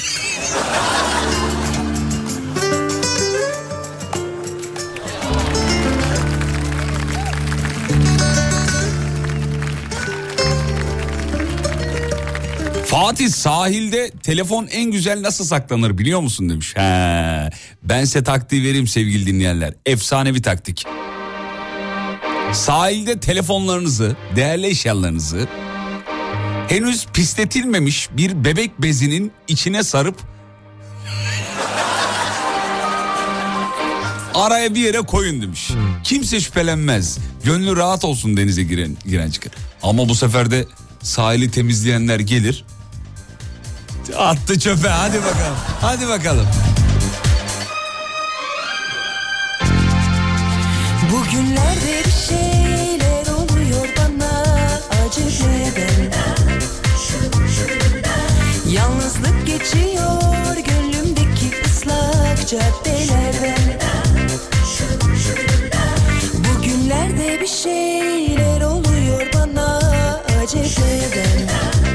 Fatih, sahilde telefon en güzel nasıl saklanır biliyor musun demiş. He, ben size taktiği vereyim sevgili dinleyenler. Efsane bir taktik. Sahilde telefonlarınızı, değerli eşyalarınızı henüz pisletilmemiş bir bebek bezinin içine sarıp araya bir yere koyun demiş. Kimse şüphelenmez. Gönlü rahat olsun denize giren, giren çıkar. Ama bu sefer de sahili temizleyenler gelir. Attı çöpe, hadi bakalım. Hadi bakalım. Bugünlerde bir şeyler oluyor bana, acı neden? Yalnızlık geçiyor gönlümdeki ıslak caddelerden. Bugünlerde bir şeyler oluyor bana, acı neden?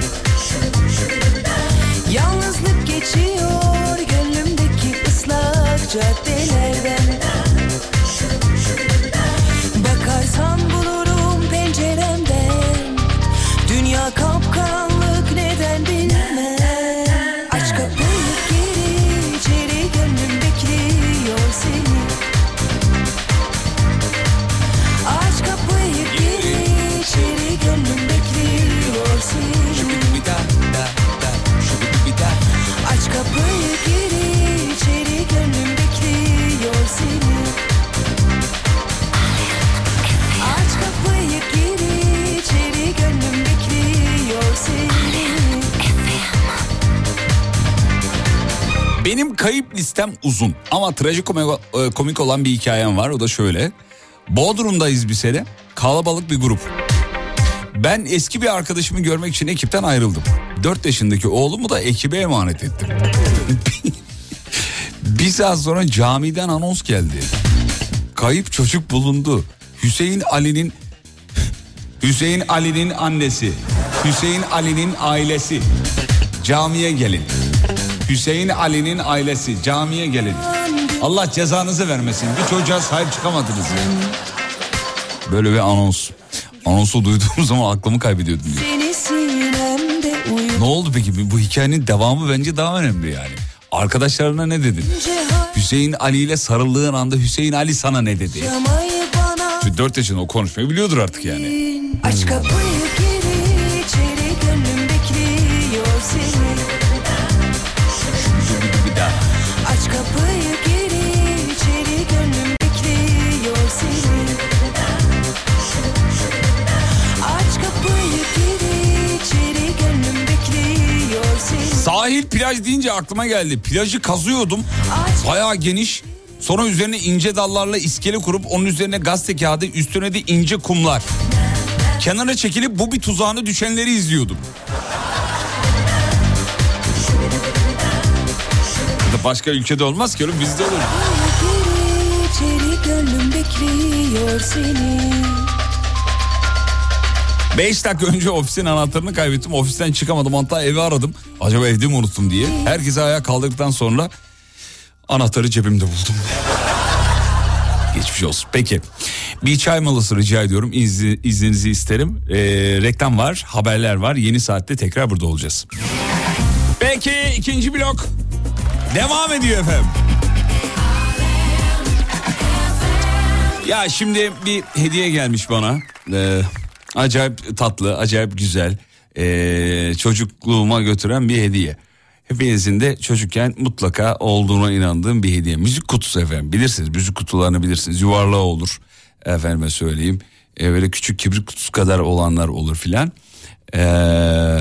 Yalnızlık geçiyor gönlümdeki ıslak caddelerden. Bakarsan bulurum penceremden, dünya kapkaranlık neden bilmem. Aç kapıyı gir içeri, gönlüm bekliyor seni. Aç kapıyı gir içeri, gönlüm bekliyor seni. Aç kapıyı gir içeri, gönlüm bekliyor seni. Aç kapıyı gir içeri, gönlüm bekliyor seni. Benim kayıp listem uzun ama trajikomik komik olan bir hikayem var. O da şöyle. Bodrum'dayız bir sene. Kalabalık bir grup. Ben eski bir arkadaşımı görmek için ekipten ayrıldım. dört yaşındaki oğlumu da ekibe emanet ettim. Bir saat sonra camiden anons geldi. Kayıp çocuk bulundu. Hüseyin Ali'nin Hüseyin Ali'nin annesi, Hüseyin Ali'nin ailesi camiye gelin. Hüseyin Ali'nin ailesi camiye gelin. Allah cezanızı vermesin. Bir çocuğa sahip çıkamadınız ya. Böyle bir anons. Anonsu duyduğum zaman aklımı kaybediyordum diyor. Ne oldu peki? Bu hikayenin devamı bence daha önemli yani. Arkadaşlarına ne dedin? Hüseyin Ali ile sarıldığın anda Hüseyin Ali sana ne dedi? Çünkü dört yaşında o konuşmayı biliyordur artık yani. Aç kapıyı gir içeri, gönlüm bekliyor seni. Aç kapıyı gir içeri, gönlüm bekliyor seni. Aç kapıyı gir içeri, gönlüm bekliyor seni. Sahil Sahil plaj deyince aklıma geldi. Plajı kazıyordum. Bayağı geniş. Sonra üzerine ince dallarla iskele kurup onun üzerine gazete kağıdı, üstüne de ince kumlar. Kenara çekilip bu bir tuzağına düşenleri izliyordum. Başka ülkede olmaz ki oğlum, bizde olur. İçeri gönlüm bekliyor seni. Beş dakika önce ofisin anahtarını kaybettim. Ofisten çıkamadım, hatta evi aradım. Acaba evde mi unuttum diye. Herkese ayağa kaldırdıktan sonra anahtarı cebimde buldum. Geçmiş olsun. Peki bir çay molası rica ediyorum. İzni, izninizi isterim. Ee, reklam var, haberler var. Yeni saatte tekrar burada olacağız. Peki ikinci blok devam ediyor efendim. Ya şimdi bir hediye gelmiş bana. Ee, acayip tatlı, acayip güzel. Ee, çocukluğuma götüren bir hediye. Hepinizin de çocukken mutlaka olduğuna inandığım bir hediye. Müzik kutusu efendim. Bilirsiniz, müzik kutularını bilirsiniz. Yuvarlağı olur. Efendime söyleyeyim. Ee, böyle küçük kibrit kutusu kadar olanlar olur filan. Ee,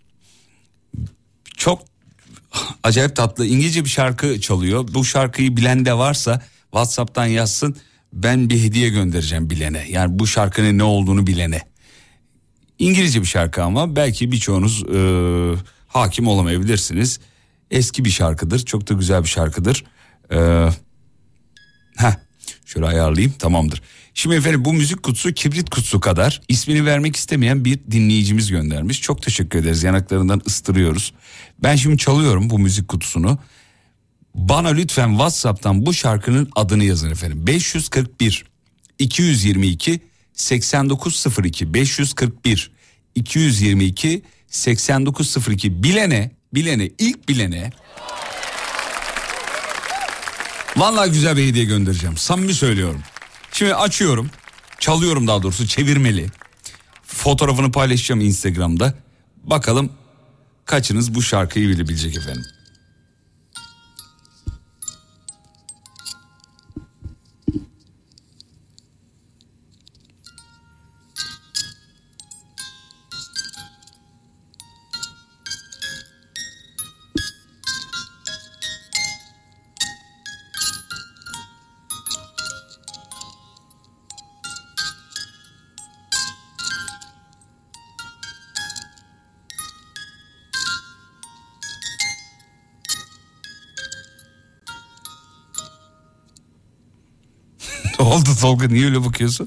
çok acayip tatlı. İngilizce bir şarkı çalıyor. Bu şarkıyı bilen de varsa WhatsApp'tan yazsın. Ben bir hediye göndereceğim bilene. Yani bu şarkının ne olduğunu bilene. İngilizce bir şarkı ama belki birçoğunuz e, hakim olamayabilirsiniz. Eski bir şarkıdır. Çok da güzel bir şarkıdır. E, heh, şöyle ayarlayayım, tamamdır. Şimdi efendim bu müzik kutusu kibrit kutusu kadar. İsmini vermek istemeyen bir dinleyicimiz göndermiş. Çok teşekkür ederiz. Yanaklarından ıstırıyoruz. Ben şimdi çalıyorum bu müzik kutusunu. Bana lütfen WhatsApp'tan bu şarkının adını yazın efendim. beş yüz kırk bir iki yüz yirmi iki seksen dokuz sıfır iki beş yüz kırk bir iki yüz yirmi iki seksen dokuz sıfır iki bilene bilene ilk bilene vallahi güzel bir hediye göndereceğim. Samimi söylüyorum. Şimdi açıyorum, çalıyorum daha doğrusu, çevirmeli. Fotoğrafını paylaşacağım Instagram'da. Bakalım kaçınız bu şarkıyı bilebilecek efendim. Ne oldu Tolga, niye öyle bakıyorsun?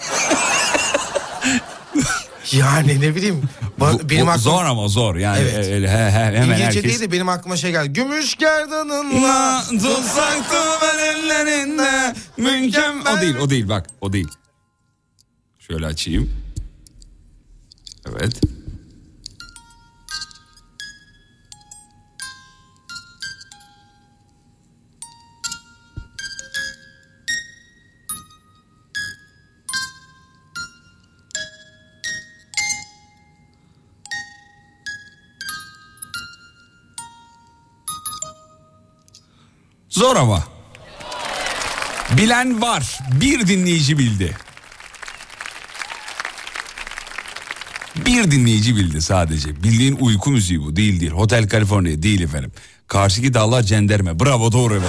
Yani ne bileyim. Bu, benim bu aklıma... Zor ama zor yani. Evet. Öyle, he, he, hemen İngilizce herkes... değil de benim aklıma şey geldi. Gümüş gerdanınla tutsak tuğmen ellerinde mükemmel. O değil, o değil, bak o değil. Şöyle açayım. Evet. Zor ama. Bilen var. Bir dinleyici bildi. Bir dinleyici bildi sadece. Bildiğin uyku müziği bu. Değil değil. Hotel California değil efendim. Karşıki dağlar cenderme. Bravo, doğru evet.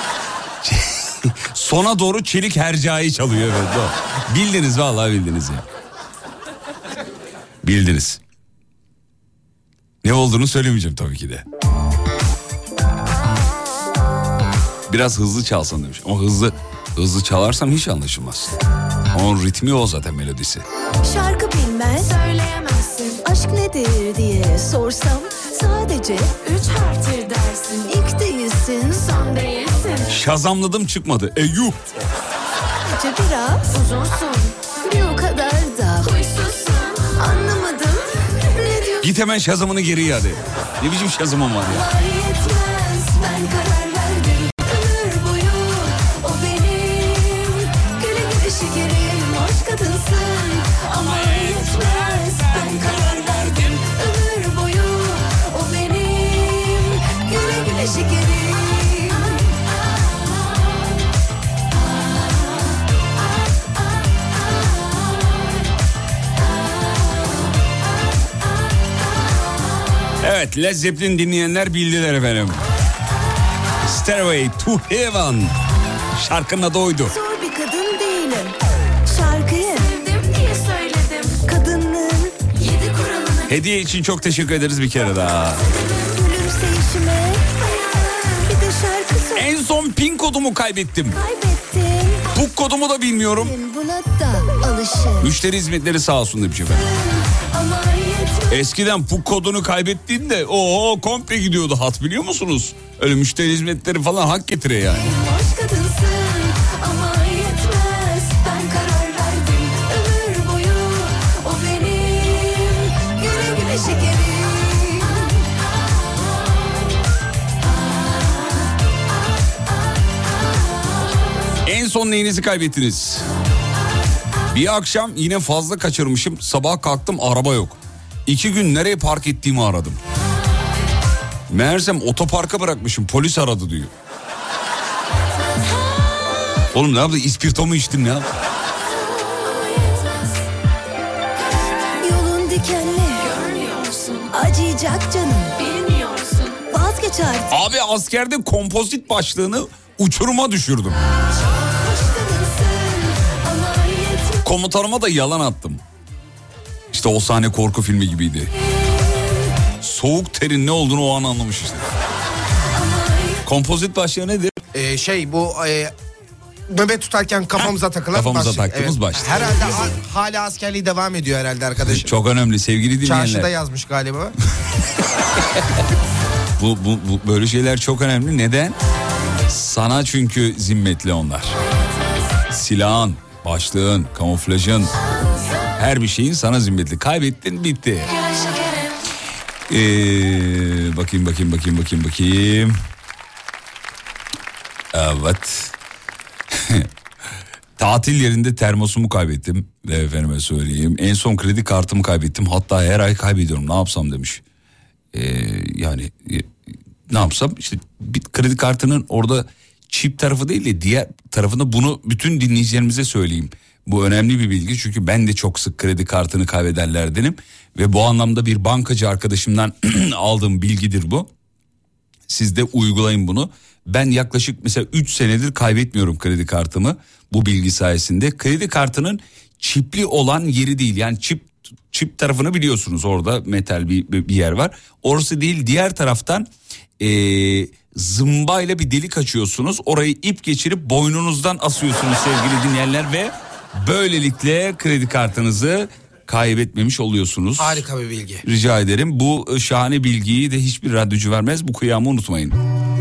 Sona doğru çelik hercai çalıyor evet. Doğru. Bildiniz, vallahi bildiniz ya. Bildiniz. Ne olduğunu söylemeyeceğim tabii ki de. Biraz hızlı çalsan demiş. Ama hızlı hızlı çalarsam hiç anlaşılmaz. Onun ritmi o zaten, melodisi. Şarkı bilmez, söyleyemezsin. Aşk nedir diye sorsam sadece üç harftir dersin. İlk değilsin, son değilsin. Şazamladım, çıkmadı. Eyüp. Sadece biraz uzunsun. Bir o kadar da huysuzsun. Anlamadım ne diyorsun? Git hemen şazamını geri iade. Ne biçim şazamım var ya. Var yetmez, ben karar verdim. Ömür boyu o benim. Güle güle şekerim, hoş kadınsın. Ama yetmez, ben karar verdim. Ömür boyu o benim. Güle güle şekerim. Evet, Led Zeppelin dinleyenler bildiler efendim. Stairway to Heaven. Şarkının adı oydu. Zor bir kadın değilim. Şarkıyı sevdim diye söyledim. Kadınlığın yedi kuralını. Hediye için çok teşekkür ederiz bir kere daha. Gülürse işime bir de şarkı söyle. En son pin kodumu kaybettim. Kaybettim. Puk kodumu da bilmiyorum. Buna da alışır. Müşteri hizmetleri sağ olsun demiş efendim. Ama yetmez. Eskiden puk kodunu kaybettiğinde o komple gidiyordu hat, biliyor musunuz? Öyle müşteri hizmetleri falan hak getire yani. Hoş kadınsın ama yetmez. Ben karar verdim ömür boyu. O benim güle güle şekerim. En son neyinizi kaybettiniz? Bir akşam yine fazla kaçırmışım. Sabah kalktım, araba yok. İki gün nereye park ettiğimi aradım. Meğersem otoparka bırakmışım, polis aradı diyor. Oğlum ne yaptın, ispirto mu içtin ya? Yolun dikenli görmüyorsun. Acıyacak canım bilmiyorsun. Vazgeç artık. Abi askerde kompozit başlığını uçuruma düşürdüm. Komutanıma da yalan attım. İşte o sahne korku filmi gibiydi. Soğuk terin ne olduğunu o an anlamış işte. Kompozit başlığı nedir? Ee, şey bu e, nöbet tutarken kafamıza takılan Kafamıza başlık. taktığımız Evet. başlık. Herhalde a- hala askerliği devam ediyor herhalde arkadaşım. Çok önemli sevgili dinleyenler. Çarşıda yazmış galiba. bu, bu, bu böyle şeyler çok önemli. Neden? Sana çünkü zimmetli onlar. Silahın, başlığın, kamuflajın, her bir şeyin sana zimmetli. Kaybettin, bitti. Ee, bakayım bakayım bakayım bakayım bakayım. Evet. Tatil yerinde termosumu kaybettim. Ve efendime söyleyeyim. En son kredi kartımı kaybettim. Hatta her ay kaybediyorum. Ne yapsam demiş. Ee, yani e, ne yapsam? İşte bir kredi kartının orada çip tarafı değil de diğer tarafında, bunu bütün dinleyicilerimize söyleyeyim. Bu önemli bir bilgi çünkü ben de çok sık kredi kartını kaybedenlerdenim. Ve bu anlamda bir bankacı arkadaşımdan aldığım bilgidir bu. Siz de uygulayın bunu. Ben yaklaşık mesela üç senedir kaybetmiyorum kredi kartımı bu bilgi sayesinde. Kredi kartının çipli olan yeri değil, yani çip çip tarafını biliyorsunuz, orada metal bir, bir yer var. Orası değil, diğer taraftan ee, zımbayla bir delik açıyorsunuz. Orayı ip geçirip boynunuzdan asıyorsunuz sevgili dinleyenler ve böylelikle kredi kartınızı kaybetmemiş oluyorsunuz. Harika bir bilgi. Rica ederim. Bu şahane bilgiyi de hiçbir radyocu vermez. Bu kıyamı unutmayın.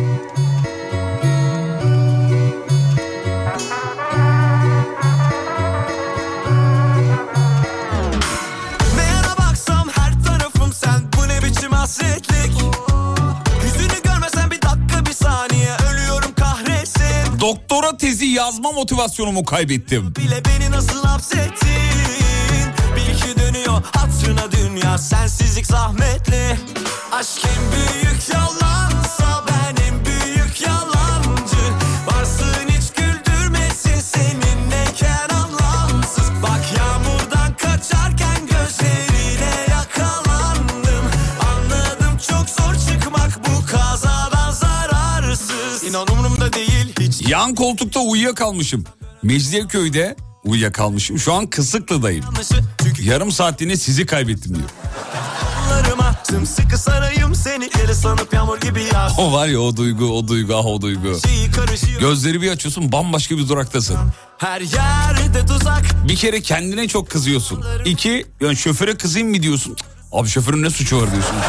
Neyine baksam her tarafım sen, bu ne biçim hasretlik. Yüzünü görmesen bir dakika bir saniye ölüyorum kahretsin. Doktora tezi yazma motivasyonumu kaybettim. Bile beni nasıl hapsettin. Bil ki dönüyor hatırına dünya, sensizlik zahmetli. Aşk en büyük yalansa ben en büyük yalancı. Varsın hiç güldürmesin seninleyken anlamsız. Bak yağmurdan kaçarken gözlerine yakalandım. Anladım çok zor çıkmak bu kazadan zararsız. İnan umurumda değil hiç. Yan koltukta uyuyakalmışım. Mecidiyeköy'de uyuyakalmışım. Şu an Kısıklı'dayım. Yarım saatliğine sizi kaybettim diyor. Sımsıkı sarayım seni, yeri sanıp yağmur gibi yağ. O var ya, o duygu, o duygu, ah o duygu. Gözleri bir açıyorsun, bambaşka bir duraktasın. Her yerde tuzak. Bir kere kendine çok kızıyorsun. İki, yani şoföre kızayım mı diyorsun. Abi şoförün ne suçu var diyorsun.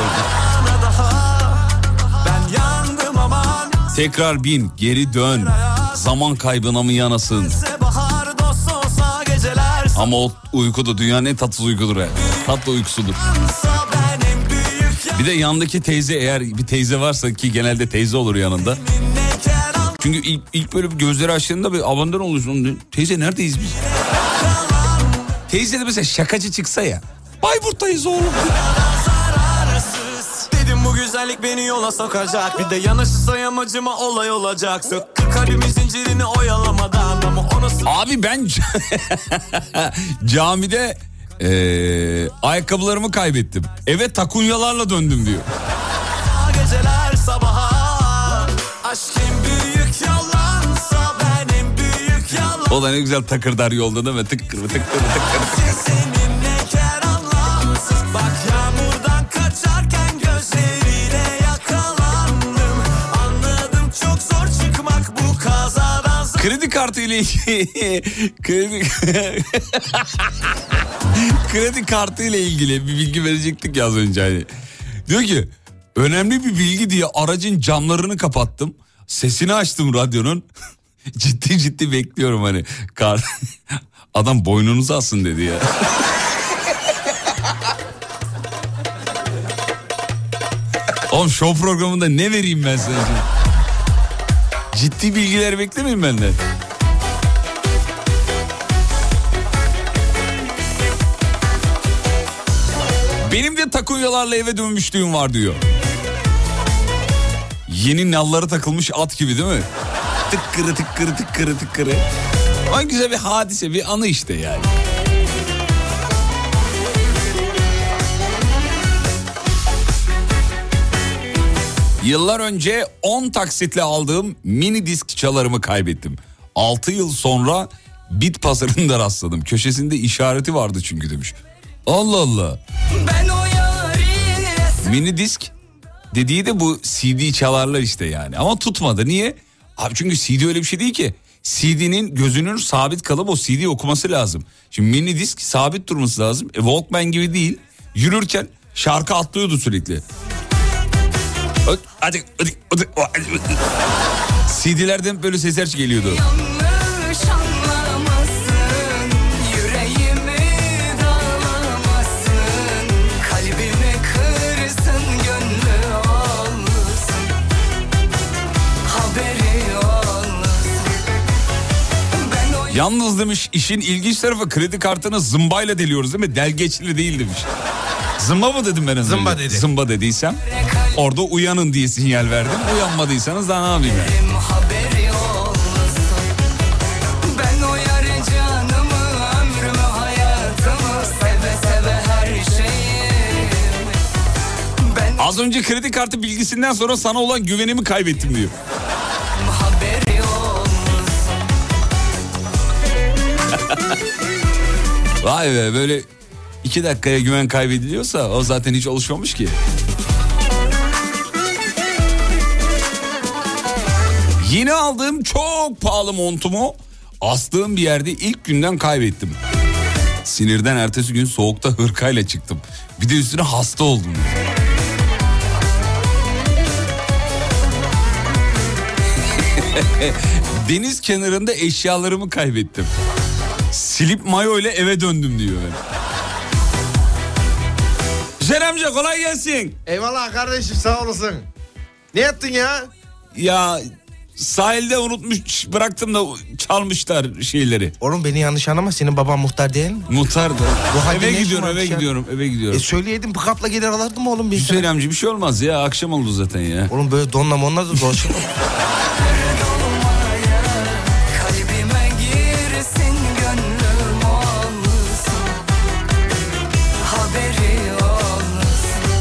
Ben yandım aman. Tekrar bin, geri dön. Zaman kaybına mı yanasın? Bahar dost olsa geceler. Ama o uyku da dünyanın en tatsız uykudur ya. Tatlı uykusudur. Bir de yandaki teyze, eğer bir teyze varsa, ki genelde teyze olur yanında. Çünkü ilk, ilk böyle bir gözleri açtığında bir abandan oluyorsun. Teyze neredeyiz biz? Teyze de mesela şakacı çıksa ya. Bayburt'tayız oğlum. Dedim bu güzellik beni yola sokacak. Bir de yanaşırsa yamacıma olay olacak. Sıkkı kalbimin zincirini oyalamadan ama o nasıl... Abi ben camide Ee, ayakkabılarımı kaybettim. Eve takunyalarla döndüm diyor. Geceler sabaha aşkın büyük yalansa ben en büyük yalan. O da ne güzel takırdar yolda değil mi? Tıkkır tıkkır tıkkır. Seninle ker anlamsız. Bak yağmurdan kaçarken gözlerine yakalandım. Anladım çok zor çıkmak bu kazadan. Kredi kartı ile ilgili kredi kredi kartı ile ilgili bir bilgi verecektik ya az önce hani. Diyor ki önemli bir bilgi diye aracın camlarını kapattım. Sesini açtım radyonun. ciddi ciddi bekliyorum hani. Kar... Adam boynunuzu alsın dedi ya. Oğlum show programında ne vereyim ben sana? Ciddi bilgiler beklemeyin benden. Benim de takunyalarla eve dönmüşlüğüm var diyor. Yeni nalları takılmış at gibi değil mi? Tıkkırı tıkkırı tıkkırı tıkkırı. Ama güzel bir hadise, bir anı işte yani. Yıllar önce on taksitle aldığım mini disk çalarımı kaybettim. altı yıl sonra bit pazarında rastladım. Köşesinde işareti vardı çünkü demiş. Allah Allah. Mini disk dediği de bu C D çalarlar işte yani. Ama tutmadı. Niye? Abi çünkü C D öyle bir şey değil ki. C D'nin gözünün sabit kalıp o C D okuması lazım. Şimdi mini disk sabit durması lazım. E, Walkman gibi değil. Yürürken şarkı atlıyordu sürekli. Hadi, hadi, hadi, hadi. C D'lerden böyle sesler geliyordu. Yanlış anlamasın, yüreğimi dağlamasın, kalbimi kırsın, gönlü olsun, haberi olsun. Ben o... Yalnız demiş işin ilginç tarafı kredi kartını zımbayla deliyoruz değil mi? Delgeçli değil demiş. Zımba mı dedim ben az önce? Zımba dedi. Zımba dediysem orada uyanın diye sinyal verdim. Uyanmadıysanız daha ne yapayım yani? Haberi olsun. Ben o yarı canımı, ömrümü, hayatımı, seve seve her şeyimi. Ben Az önce kredi kartı bilgisinden sonra sana olan güvenimi kaybettim diyor. haberi olsun. Vay be, böyle iki dakikaya güven kaybediliyorsa o zaten hiç oluşmamış ki. Yeni aldığım çok pahalı montumu astığım bir yerde ilk günden kaybettim. Sinirden ertesi gün soğukta hırkayla çıktım. Bir de üstüne hasta oldum. Deniz kenarında eşyalarımı kaybettim. Silip mayo ile eve döndüm diyor. Hüseyin amca kolay gelsin. Eyvallah kardeşim, sağ olasın. Ne yaptın ya? Ya sahilde unutmuş bıraktım da çalmışlar şeyleri. Oğlum beni yanlış anlama, senin baban muhtar değil mi? Muhtar da. Bu halde Eve ne işin gidiyorum eve varmış ya? gidiyorum eve gidiyorum. E söyleyeydin, pikapla gelir alırdım oğlum bir Hüseyin tane. amca bir şey olmaz ya, akşam oldu zaten ya. Oğlum böyle donla monla da dolaşır. Kalbime girsin, gönlüm olsun, haberi olsun.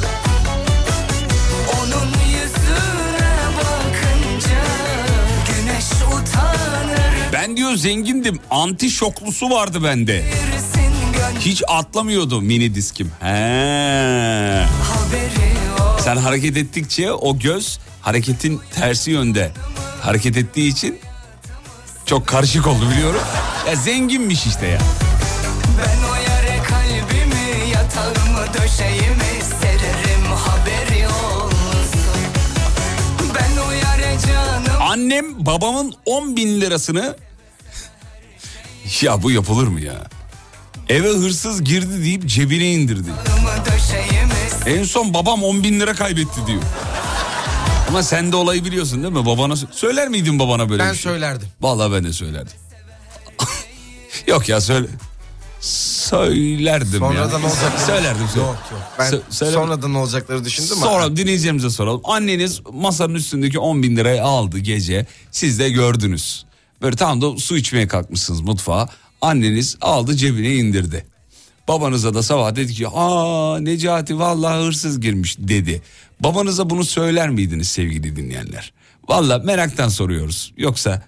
Onun yüzüne bakınca güneş utanır. Ben diyor zengindim, anti şoklusu vardı bende. Girsin gönlüm, Hiç atlamıyordu mini diskim. He. haberi olsun. Sen hareket ettikçe o göz hareketin tersi yönde hareket ettiği için çok karışık oldu biliyorum. Ya zenginmiş işte ya. Ben o yere kalbimi, yatağımı, döşeğimi sererim, haberi olsun. Ben o yere canım. Annem babamın on bin lirasını ya bu yapılır mı ya? Eve hırsız girdi deyip cebine indirdi. En son babam on bin lira kaybetti diyor. Ama sen de olayı biliyorsun değil mi? Babana söyler miydin babana böyle Ben bir şey? söylerdim. Vallahi ben de söylerdim. Yok ya söyle. Söylerdim Sonradan ya. olacak. Söylerdim. Söyle. Yok yok. Ben Sö- söyle- sonradan olacakları düşündüm ama. Sonra dinleyicilerimize soralım. Anneniz masanın üstündeki on bin lirayı aldı gece. Siz de gördünüz. Böyle tam da su içmeye kalkmışsınız mutfağa. Anneniz aldı cebine indirdi. Babanıza da sabah dedi ki aa Necati vallahi hırsız girmiş dedi. Babanıza bunu söyler miydiniz sevgili dinleyenler? Vallahi meraktan soruyoruz. Yoksa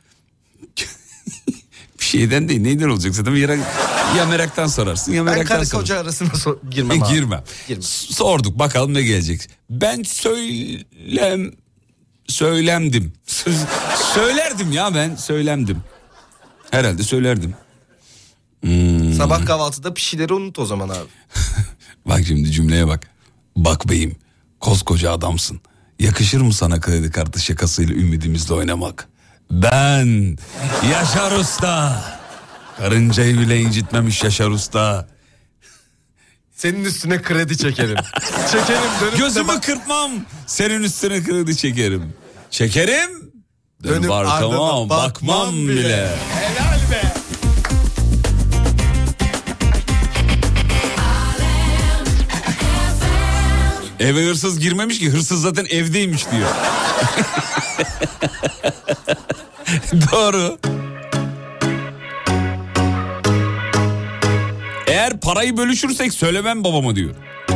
bir şeyden değil neyden olacak zaten ya, ya meraktan sorarsın ya meraktan sorarsın. Ben karı koca arasına so- girmem abi. Girmem. Girmem. Sorduk bakalım ne gelecek. Ben söylem söylemdim. Söylerdim ya ben söylemdim. Herhalde söylerdim. Hmm. Sabah kahvaltıda pişileri unut o zaman abi. Bak şimdi cümleye bak. Bak beyim koskoca adamsın. Yakışır mı sana kredi kartı şakasıyla ümidimizle oynamak? Ben Yaşar Usta. Karıncayı bile incitmemiş Yaşar Usta. Senin üstüne kredi çekerim. Çekerim dönüp Gözümü bak- kırpmam. Senin üstüne kredi çekerim. Çekerim. Dönüp, Dönüp arkama ardına bakmam, bakmam bile. bile. Helal be. Eve hırsız girmemiş ki hırsız zaten evdeymiş diyor. Doğru. Eğer parayı bölüşürsek söylemem babama diyor.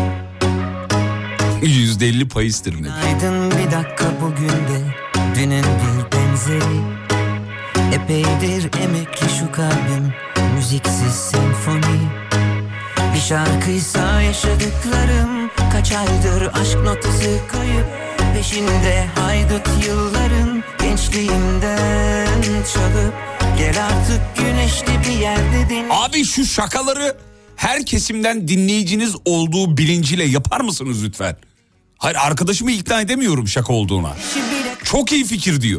Yüzde elli pay isterim dedi. Aydın bir dakika bugün de dünün bir benzeri. Epeydir emekli şu kalbim, müziksiz senfoni. Bir şarkıysa yaşadıklarım, kaç aydır aşk notası kayıp. Peşinde haydut yılların, gençliğimden çalıp. Gel artık güneşli bir yerde deniz. Abi şu şakaları her kesimden dinleyiciniz olduğu bilinciyle yapar mısınız lütfen? Hayır arkadaşımı ikna edemiyorum şaka olduğuna. Çok iyi fikir diyor.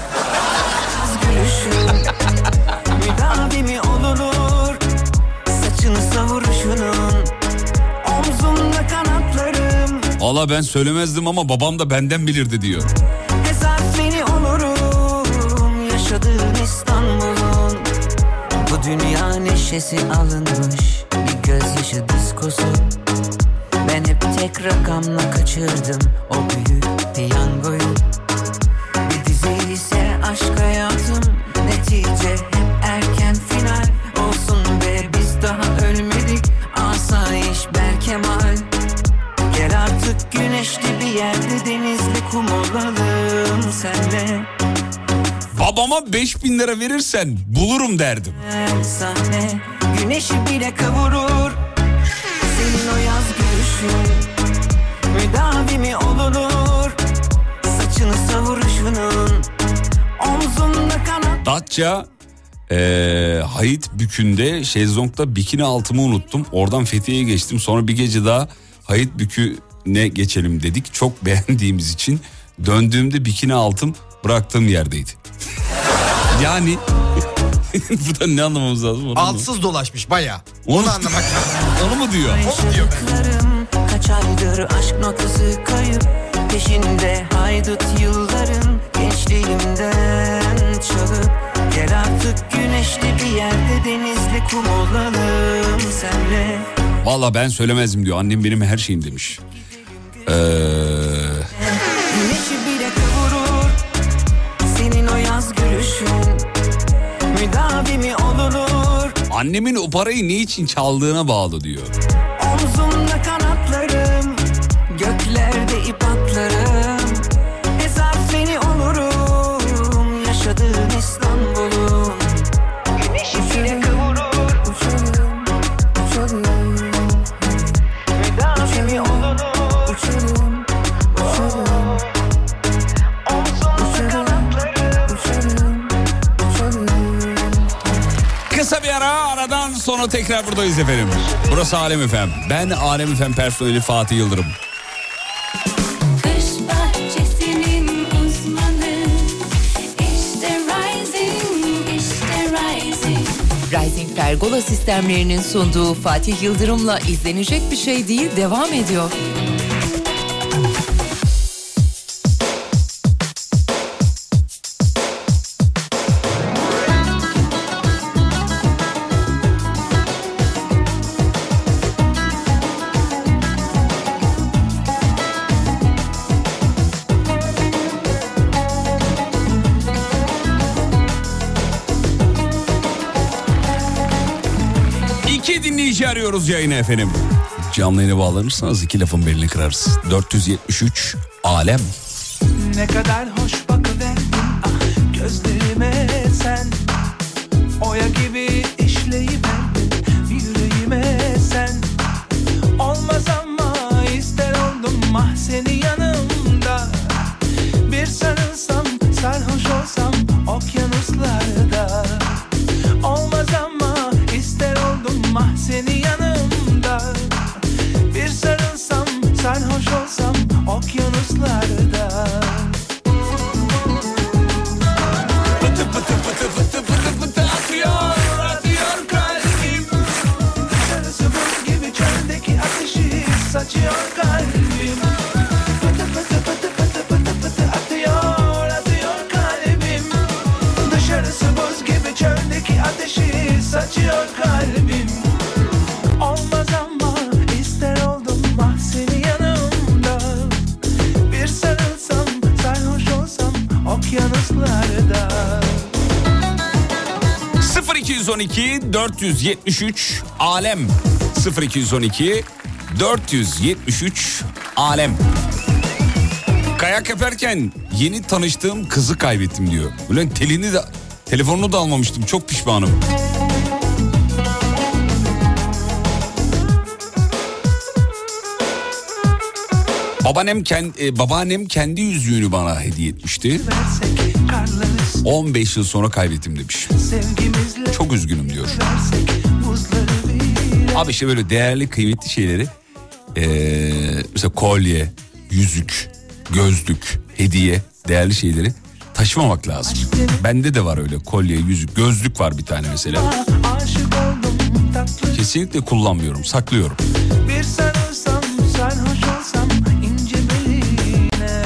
Müdavimi olunur, saçını savuruşunun, omzumda kanatlarım. Valla ben söylemezdim ama babam da benden bilirdi diyor. Hesapleri olurum, yaşadığın İstanbul'un. Bu dünya neşesi alınmış, bir gözyaşı diskosu. Ben hep tek rakamla kaçırdım o büyük piyangoyu. Bir dizi ise aşk hayatım, netice hep erken final. Olsun be biz daha ölmedik, asayiş Berkemal. Gel artık güneşli bir yerde denizli kum olalım senle. Babama beş bin lira verirsen bulurum derdim. Sahne güneşi bile kavurur, senin o yaz gülüşün müdavimi olunur. Saçını savuruşunun, omzumda kanat. Datça ee, Hayit Bükü'nde şezlongda bikini altımı unuttum. Oradan Fethiye'ye geçtim. Sonra bir gece daha Hayit Bükü'ne geçelim dedik. Çok beğendiğimiz için döndüğümde bikini altım bıraktığım yerdeydi. Yani buradan ne anlamamız lazım? Onu Altsız mu? Dolaşmış baya. Onu, Onu anlamak lazım. Onu mu diyor? Onu diyor. Kaç aydır aşk notası kayıp. Peşinde haydut yılların, gençliğimden çalıp. Gel artık güneşli bir yerde denizli kum olalım senle. Valla ben söylemezdim diyor. Annem benim her şeyim demiş. Eee... Güneşi bile kavurur, senin o yaz gülüşün müdavimi olunur. Annemin o parayı ne için çaldığına bağlı diyor. Omzumda kanatlarım, göklerde ip atlarım. Hesap seni olurum, yaşadığın İstanbul'un. Güneşi bile kavurur, uçalım, uçalım. Müdavimi olunur, uçalım, uçalım. Omzumda kanatlarım, uçalım, uçalım. Kısa bir ara, aradan sonra tekrar buradayız efendim. Burası Alem F M. Ben Alem F M personeli Fatih Yıldırım. Kış bahçesinin uzmanı, işte Rising, işte Rising. Rising Pergola sistemlerinin sunduğu Fatih Yıldırım'la izlenecek bir şey değil devam ediyor. dinleyici arıyoruz yayına efendim. Canlı yayına bağlanırsanız iki lafın belini kırarız. dört yüz yetmiş üç Alem. Ne kadar hoş bakıverdin ah gözlerime sen. Oya gibi işleyiverdin yüreğime sen. Olmaz ama ister oldum ah seni yanımda. Bir sarılsam sarhoş olsam okyanuslarda. Olmaz ama ister oldum ah seni yanımda. Bir sarılsam sarhoş olsam okyanuslarda. Pıtı pıtı pıtı pıtı pıtı pıtı atıyor atıyor kalbim. Sarısı buz gibi çöldeki ateşi saçıyor kalbim. Pıtı pıtı pıtı pıtı pıtı pıtı atıyor atıyor kalbim. Dışarısı buz gibi çöldeki ateşi saçıyor kalbim. Olmaz ama ister oldum ah seni yanımda. Bir sarılsam sarhoş olsam okyanuslarda. sıfır iki on iki dört yetmiş üç Alem. sıfır iki on iki dört yetmiş üç Alem. Kayak yaparken yeni tanıştığım kızı kaybettim diyor. Ulan telini de telefonunu da almamıştım, çok pişmanım. Babaannem kendi, babaannem kendi yüzüğünü bana hediye etmişti. on beş yıl sonra kaybettim demiş. Çok üzgünüm diyor. Abi işte böyle değerli, kıymetli şeyleri ee, mesela kolye, yüzük, gözlük, hediye, değerli şeyleri taşımamak lazım. Bende de var öyle kolye, yüzük, gözlük var bir tane mesela. Kesinlikle kullanmıyorum, saklıyorum. Bir sarılsam sarhoş olsam ince beline.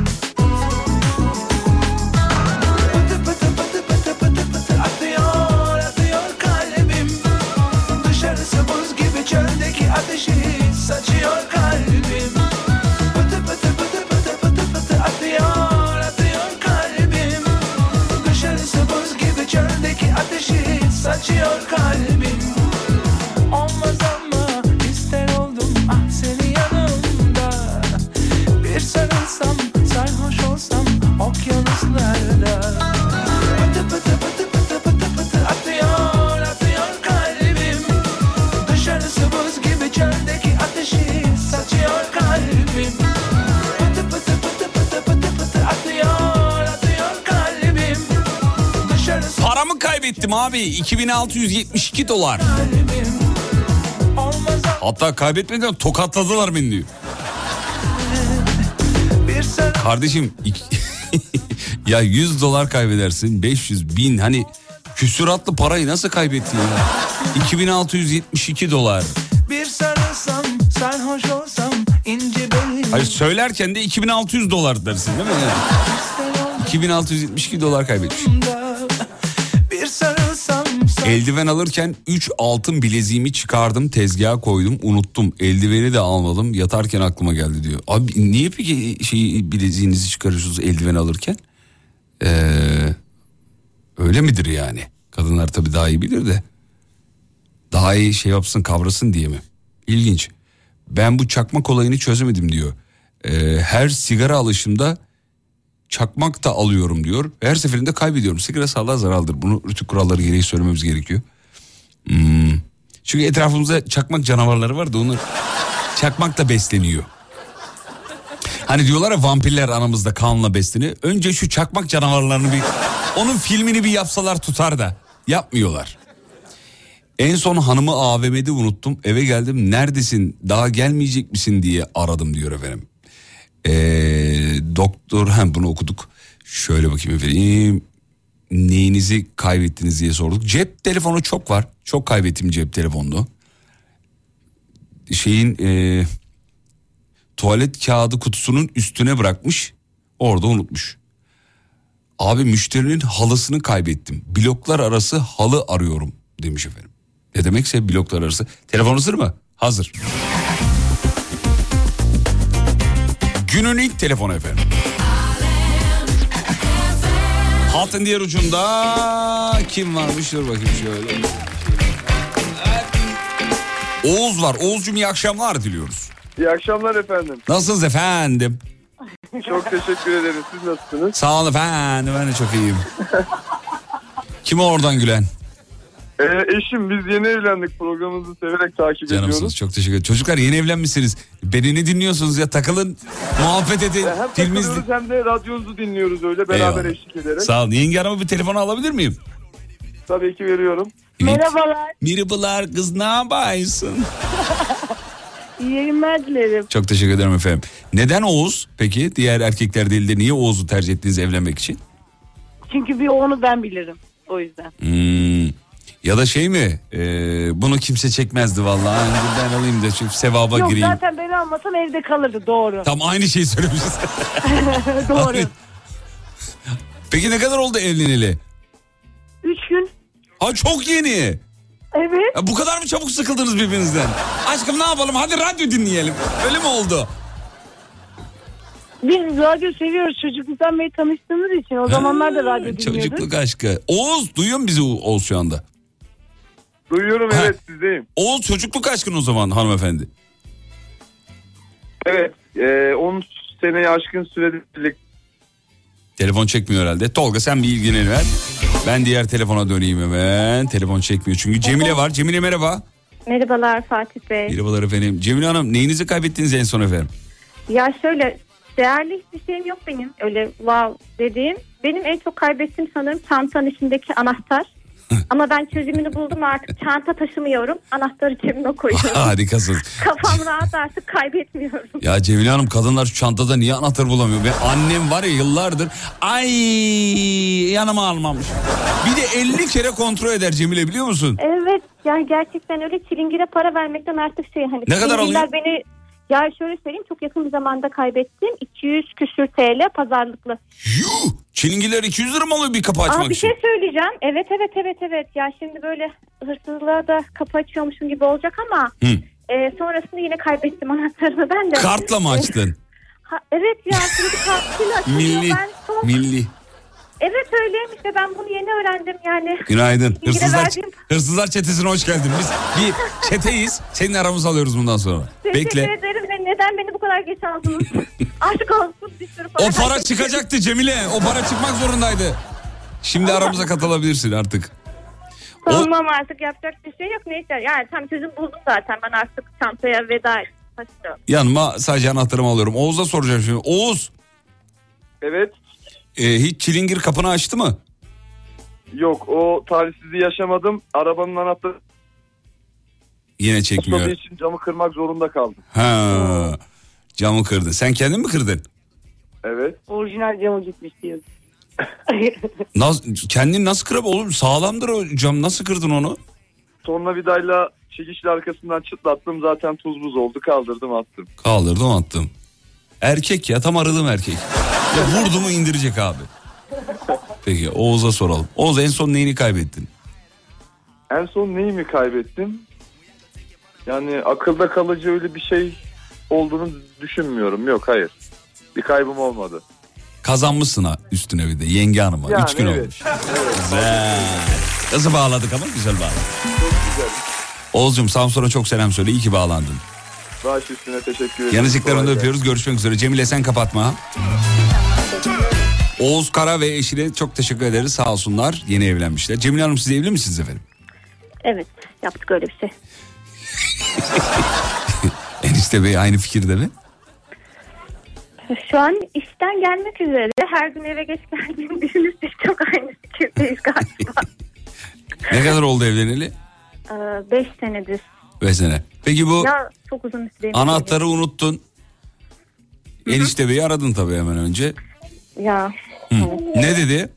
Pıtı pıtı pıtı pıtı pıtı pıtı atıyor atıyor kalbim. Dışarısı buz gibi çöldeki ateşi saçıyor kalbim. Pıtı pıtı pıtı pıtı pıtı pıtı atıyor atıyor kalbim. Dışarısı buz gibi çöldeki ateşi saçıyor kalbim. Olmaz ama ister oldum ah seni yanımda. Bir sarılsam sarhoş olsam okyanuslarda. Pıtı pıtı pıtı pıtı pıtı pıtı atıyor atıyor kalbim. Dışarısı buz gibi çöldeki ateşi saçıyor kalbim. Pıtı pıtı pıtı pıtı pıtı pıtı atıyor atıyor kalbim. Dışarısı Paramı kaybettim abi, iki bin altı yüz yetmiş iki dolar. Hatta kaybetmeden tokatladılar beni diyor. Kardeşim ya yüz dolar kaybedersin, beş yüz bin, hani küsuratlı parayı nasıl kaybettin ya? iki bin altı yüz yetmiş iki dolar. Bir sarılsam sarhoş olsam ince beline. Hayır, söylerken de iki bin altı yüz dolar dersin değil mi? Yani iki bin altı yüz yetmiş iki dolar kaybetmiş. Bir sarılsam Eldiven alırken üç altın bileziğimi çıkardım, tezgaha koydum, unuttum. Eldiveni de almadım, yatarken aklıma geldi diyor. Abi niye peki şey bileziğinizi çıkarıyorsunuz eldiven alırken? Ee, öyle midir yani? Kadınlar tabii daha iyi bilir de. Daha iyi şey yapsın, kavrasın diye mi? İlginç. Ben bu çakmak olayını çözemedim diyor. Ee, her sigara alışımda çakmak da alıyorum diyor. Her seferinde kaybediyorum. Sigara sağlığa zararlıdır. Bunu rütük kuralları gereği söylememiz gerekiyor. Hmm. Çünkü etrafımızda çakmak canavarları var da onlar çakmakla besleniyor. Hani diyorlar ya, vampirler anamızda kanla besleniyor. Önce şu çakmak canavarlarını bir, onun filmini bir yapsalar tutar da yapmıyorlar. En son hanımı A V M'de unuttum. Eve geldim, neredesin daha gelmeyecek misin diye aradım diyor efendim. Ee, doktor hem bunu okuduk. Şöyle bakayım efendim. Neyinizi kaybettiniz diye sorduk. Cep telefonu çok var. Çok kaybettim cep telefonunu. Şeyin e, tuvalet kağıdı kutusunun üstüne bırakmış. Orada unutmuş. Abi müşterinin halısını kaybettim. Bloklar arası halı arıyorum demiş efendim. Ne demekse bloklar arası. Telefon hazır mı? Hazır. Günün ilk telefonu efendim. Hattın diğer ucunda kim varmış? Dur bakayım şöyle. Oğuz var. Oğuzcum iyi akşamlar diliyoruz. İyi akşamlar efendim. Nasılsınız efendim? Çok teşekkür ederim. Siz nasılsınız? Sağ olun efendim. Ben de çok iyiyim. Kim o oradan gülen? Ee, eşim, biz yeni evlendik, programınızı severek takip Canımsınız, ediyoruz. çok teşekkür ederim. Çocuklar yeni evlenmişsiniz. Beni dinliyorsunuz ya, takılın, muhabbet edin. Hem Film takılıyoruz izleyin. hem de radyonuzu dinliyoruz öyle beraber Eyvallah. eşlik ederek. Sağ olun. Yenge hanıma bir telefonu alabilir miyim? Tabii ki veriyorum. Merhabalar. Merhabalar kız, ne yapıyorsun? İyi yayınlar dilerim. Çok teşekkür ederim efendim. Neden Oğuz peki? Diğer erkekler değil de niye Oğuz'u tercih ettiniz evlenmek için? Çünkü bir onu ben bilirim. O yüzden. Hmm. Ya da şey mi? Ee, bunu kimse çekmezdi vallahi. Yani ben alayım da şu sevaba Yok gireyim. zaten ben almasam evde kalırdı, doğru. Tam aynı şeyi söylemişiz. Doğru. Peki ne kadar oldu evleneli? Üç gün. Ha çok yeni. Evet. Ya bu kadar mı çabuk sıkıldınız birbirinizden? Aşkım ne yapalım, hadi radyo dinleyelim. Öyle mi oldu? Biz radyo seviyoruz, çocukluktan beri tanıştığımız için. O zamanlar da radyo dinliyorduk. Çocukluk aşkı. Oğuz duyuyor mu bizi Oğuz şu anda? Duyuyorum, Ha. evet, sizdeyim. Oğuz çocukluk aşkın o zaman hanımefendi. Evet, e, on seneyi aşkın süredir birlikte. Telefon çekmiyor herhalde. Tolga sen bir ilgileni ver. Ben diğer telefona döneyim hemen. Telefon çekmiyor çünkü. Cemile var. Cemile merhaba. Merhabalar Fatih Bey. Merhabalar efendim. Cemile Hanım, neyinizi kaybettiniz en son efendim? Ya şöyle, değerli hiçbir şeyim yok benim. Öyle wow dediğim. Benim en çok kaybettiğim sanırım çantanın içindeki anahtar. Ama ben çözümünü buldum, artık çanta taşımıyorum. Anahtarı cebime koyuyorum. Harikasın. Kafam rahat, artık kaybetmiyorum. Ya Cemile Hanım, kadınlar şu çantada niye anahtar bulamıyor? Ben annem var ya yıllardır ay yanıma almamış. Bir de elli kere kontrol eder Cemile, biliyor musun? Evet, yani gerçekten öyle, çilingire para vermekten artık şey hani. Ne kadar çilingirler alıyor? Beni, ya şöyle söyleyeyim, çok yakın bir zamanda kaybettim. iki yüz küsür T L pazarlıklı. Yuh! Çilingirler iki yüz lira mı alıyor bir kapı açmak Aa, bir için? şey söyleyeceğim. Evet evet evet evet. Ya şimdi böyle hırsızlığa da kapı açıyormuşum gibi olacak ama Hı. e, sonrasında yine kaybettim anahtarımı ben de. Kartla mı açtın? Ha, evet ya, kredi kartıyla açılıyor. Milli. Ben çok... Milli. Evet öyleymiş ve ben bunu yeni öğrendim yani. Günaydın. Bilgine Hırsızlar, verdiğim- hırsızlar çetesine hoş geldin. Biz bir çeteyiz. Senin aramızı alıyoruz bundan sonra. Teşekkür Bekle. ederim ve neden beni bu kadar geç aldınız? Aşk olsun, bir sürü para O para kaybettim. çıkacaktı Cemile. O para çıkmak zorundaydı. Şimdi aramıza katılabilirsin artık. O, Tamam, artık yapacak bir şey yok, neyse. Yani tam çözüm buldum zaten, ben artık çantaya veda ettim. yanıma sadece anahtarımı alıyorum. Oğuz'a soracağım şimdi. Oğuz. Evet. E, hiç çilingir kapını açtı mı? Yok, o talihsizliği yaşamadım. Arabanın anahtarı Yine çekmiyor. tutmadığı için camı kırmak zorunda kaldım. Ha, camı kırdı. Sen kendin mi kırdın? Evet. Orijinal camı gitmiş diyoruz. Nas, kendin nasıl kırıp oğlum, sağlamdır o cam, nasıl kırdın onu? Tornavidayla çekişli arkasından çıtlattım, zaten tuz buz oldu, kaldırdım attım. Kaldırdım attım. Erkek ya, tam aradığım erkek. Ya vurdu mu indirecek abi. Peki Oğuz'a soralım. Oğuz, en son neyini kaybettin? En son neyi mi kaybettim? Yani akılda kalıcı öyle bir şey olduğunu düşünmüyorum. Yok, hayır. Bir kaybım olmadı. Kazanmışsın ha üstüne bir de yenge hanıma. Yani Üç gün evet. olmuş. Güzel. Nasıl bağladık ama, güzel bağladık. Çok güzel. Oğuz'cum Samsun'a çok selam söyle. İyi ki bağlandın. Baş üstüne teşekkür ederim. Yanıcıklarını da Kolay öpüyoruz. Görüşmek üzere. Cemile sen kapatma. Oğuz Kara ve eşine çok teşekkür ederiz. Sağ olsunlar. Yeni evlenmişler. Cemile Hanım, siz evli misiniz efendim? Evet, yaptık öyle bir şey. Enişte Bey aynı fikirde mi? Şu an işten gelmek üzere. Her gün eve geç geldiğimi düşünürsek çok aynı fikirdeyiz galiba. Ne kadar oldu evleneli? Ee, beş senedir. Beş sene. Peki bu Ya çok uzun bir süre. anahtarı unuttun. Enişte Bey'i aradın tabii hemen önce. Ya. Hı. Ne dedi?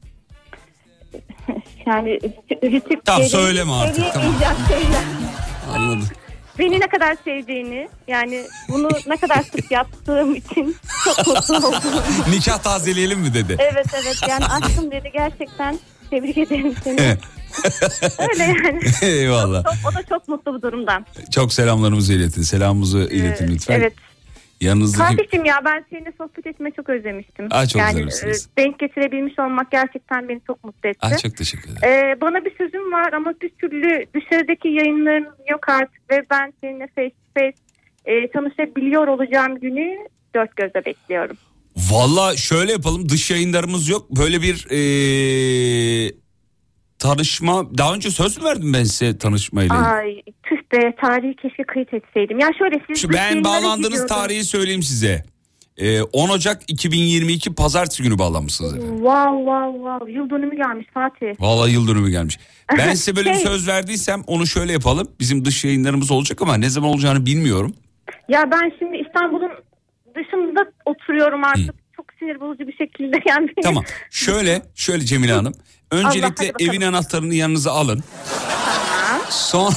Yani rütük Tamam, söyleme artık, tamam. Şeyler. Anladım. Beni ne kadar sevdiğini, yani bunu ne kadar sık yaptığım için çok mutlu oldum. Nikah tazeleyelim mi dedi? Evet evet, yani aşkım dedi, gerçekten tebrik ederim seni. Öyle yani. Eyvallah. Çok, o da çok mutlu bu durumdan. Çok selamlarımızı iletin. Selamımızı iletin lütfen. Evet. Yanınızdaki... Fatih'cim ya ben seninle sohbet etmeyi çok özlemiştim. Aa, çok yani güzelsiniz. e, denk getirebilmiş olmak gerçekten beni çok mutlu etti. Aa, çok teşekkür ederim. Ee, bana bir sözüm var ama bir türlü dışarıdaki yayınların yok artık ve ben seninle face to face e, tanışabiliyor olacağım günü dört gözle bekliyorum. Valla şöyle yapalım, dış yayınlarımız yok. Böyle bir ee, tanışma, daha önce söz mü verdim ben size tanışmayla? Ay tüh be, tarihi keşke kayıt etseydim. Ya şöyle siz Şu dış ben yayınlara bağlandığınız gidiyordunuz. tarihi söyleyeyim size. Ee, on Ocak iki bin yirmi iki Pazartesi günü bağlanmışsınız efendim. Wow wow wow, yıl dönümü gelmiş Fatih. Vallahi yıl dönümü gelmiş. Ben size böyle bir Şey- söz verdiysem onu şöyle yapalım. Bizim dış yayınlarımız olacak ama ne zaman olacağını bilmiyorum. Ya ben şimdi İstanbul'un dışında oturuyorum artık. Hı. Çok sinir bozucu bir şekilde yani. Tamam. Şöyle, şöyle Cemile Hanım. Öncelikle Allah, evin anahtarını yanınıza alın. Tamam. Son...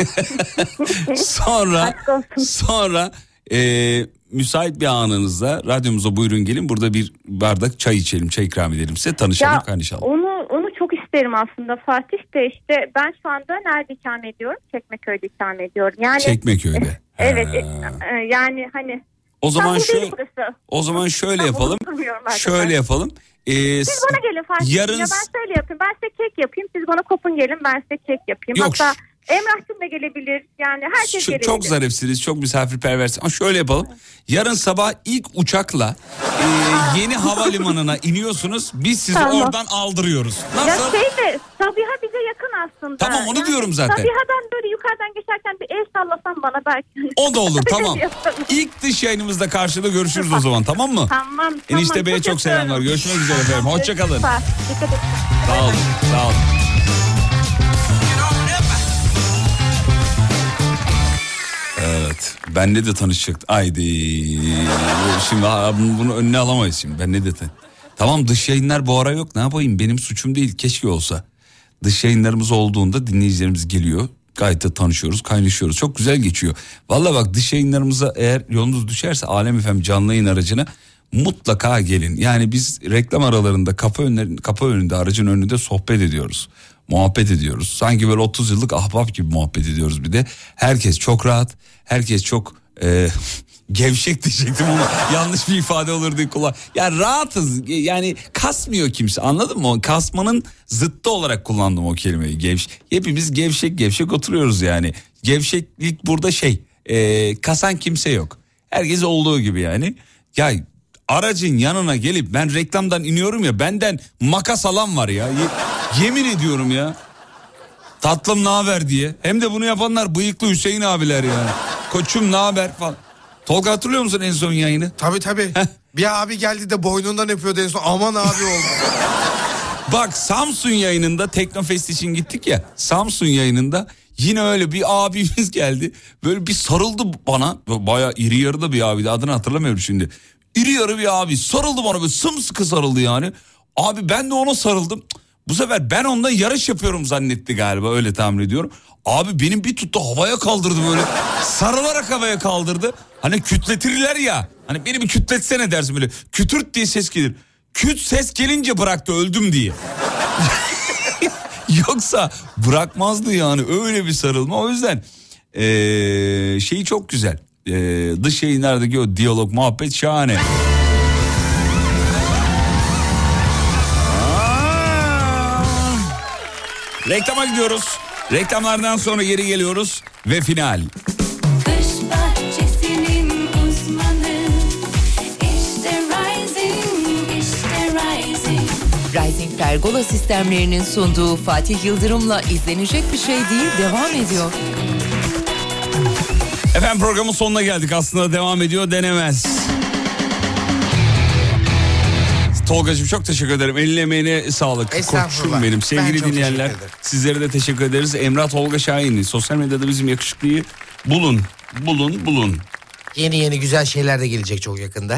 sonra sonra e, müsait bir anınızda radyomuza buyurun gelin. Burada bir bardak çay içelim, çay ikram edelim size. Tanışalım, Ya kaynaşalım. onu onu çok isterim aslında Fatih de, işte ben şu anda nerede ikamet ediyorum? Çekmeköy'de ikamet ediyorum. Yani Çekmeköy'de. Evet. Ha. e, yani hani O zaman İstanbul şu değil burası. o zaman şöyle Ben yapalım. unutmuyorum arkadaşlar. Şöyle yapalım. Ee, Siz bana gelin Fatih. yarın- Ya ben şöyle yapayım. Ben size kek yapayım. Siz bana kopun gelin. Ben size kek yapayım. Yok. Hatta Emrah'cığım da gelebilir. Yani herkes Şu- gelebilir. çok zarifsiniz, çok misafirperversiniz. Ama şöyle yapalım. Yarın sabah ilk uçakla e, yeni havalimanına iniyorsunuz. Biz sizi Tamam. oradan aldırıyoruz. Ya Nasıl? şey de Sabiha bize yakın aslında. Tamam, onu diyorum zaten. Sabiha'dan böyle yukarıdan geçerken bir el sallasan bana belki. O da olur, tamam. İlk dış yayınımızda karşıda görüşürüz o zaman, tamam mı? Tamam. Enişte tamam, Bey'e çok selamlar. öpüyorum. Görüşmek üzere efendim. Hoşçakalın. Dikkat et. Sağ olun. Sağ olun. Evet. Benle de tanışacaktı. Haydi. Şimdi bunu önüne alamayız şimdi. Benle de tan- Tamam, dış yayınlar bu ara yok. Ne yapayım? Benim suçum değil. Keşke olsa. Dış yayınlarımız olduğunda dinleyicilerimiz geliyor. Gayet de tanışıyoruz, kaynaşıyoruz. Çok güzel geçiyor. Vallahi bak, dış yayınlarımıza eğer yolunuz düşerse Alem Efem canlı yayın aracına mutlaka gelin. Yani biz reklam aralarında kapı önlerinde, kapı önünde, aracın önünde sohbet ediyoruz. Muhabbet ediyoruz. Sanki böyle otuz yıllık ahbap gibi muhabbet ediyoruz bir de. Herkes çok rahat. Herkes çok e, gevşek diyecektim ama yanlış bir ifade olur diye kullan. Ya rahatız. Yani kasmıyor kimse. Anladın mı? Kasmanın zıttı olarak kullandım o kelimeyi. Gevş. Hepimiz gevşek gevşek oturuyoruz yani. Gevşeklik burada şey. E, kasan kimse yok. Herkes olduğu gibi yani. Ya aracın yanına gelip ben reklamdan iniyorum ya, benden makas alan var ya. Ye- yemin ediyorum ya. Tatlım ne haber diye. Hem de bunu yapanlar bıyıklı Hüseyin abiler yani. Koçum ne haber falan. Tolga, hatırlıyor musun en son yayını? Tabii tabii. Bir abi geldi de boynundan öpüyordu en son. Aman abi oldu. Bak, Samsun yayınında Teknofest için gittik ya. Samsun yayınında yine öyle bir abimiz geldi. Böyle bir sarıldı bana. Bayağı iri yarı da bir abiydi. Adını hatırlamıyorum şimdi. İri yarı bir abi sarıldı bana, böyle sımsıkı sarıldı yani. Abi ben de ona sarıldım. Bu sefer ben ondan yarış yapıyorum zannetti galiba, öyle tahmin ediyorum. Abi benim bir tuttu havaya kaldırdı böyle. Sarılarak havaya kaldırdı. Hani kütletirler ya. Hani beni bir kütletsene dersin böyle. Kütürt diye ses gelir. Küt ses gelince bıraktı, öldüm diye. Yoksa bırakmazdı yani, öyle bir sarılma. O yüzden ee, şeyi çok güzel. Ee, dış yayınlardaki o diyalog, muhabbet şahane. Reklama gidiyoruz. Reklamlardan sonra geri geliyoruz ve final. Kış bahçesinin uzmanı işte Rising, işte Rising. Rising Pergola sistemlerinin sunduğu Fatih Yıldırım'la izlenecek bir şey değil devam ediyor. Efendim, programın sonuna geldik. Aslında devam ediyor denemez. Tolgacığım çok teşekkür ederim. Eline emeğine sağlık. Estağfurullah. Koçum benim. Sevgili Ben çok dinleyenler, teşekkür ederim. sizlere de teşekkür ederiz. Emrah Tolga Şahin'i sosyal medyada bizim yakışıklıyı bulun. Bulun, bulun. Yeni yeni güzel şeyler de gelecek çok yakında.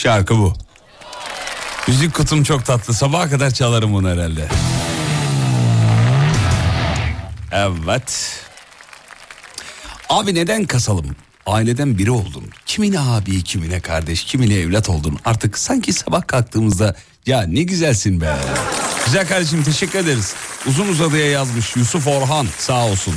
Şarkı bu. Müzik kutum çok tatlı. Sabaha kadar çalarım bunu herhalde. Evet. Abi neden kasalım? Aileden biri oldun. Kimine abi, kimine kardeş, kimine evlat oldun. Artık sanki sabah kalktığımızda ya ne güzelsin be. Güzel kardeşim, teşekkür ederiz. Uzun uzadıya yazmış Yusuf Orhan, sağ olsun.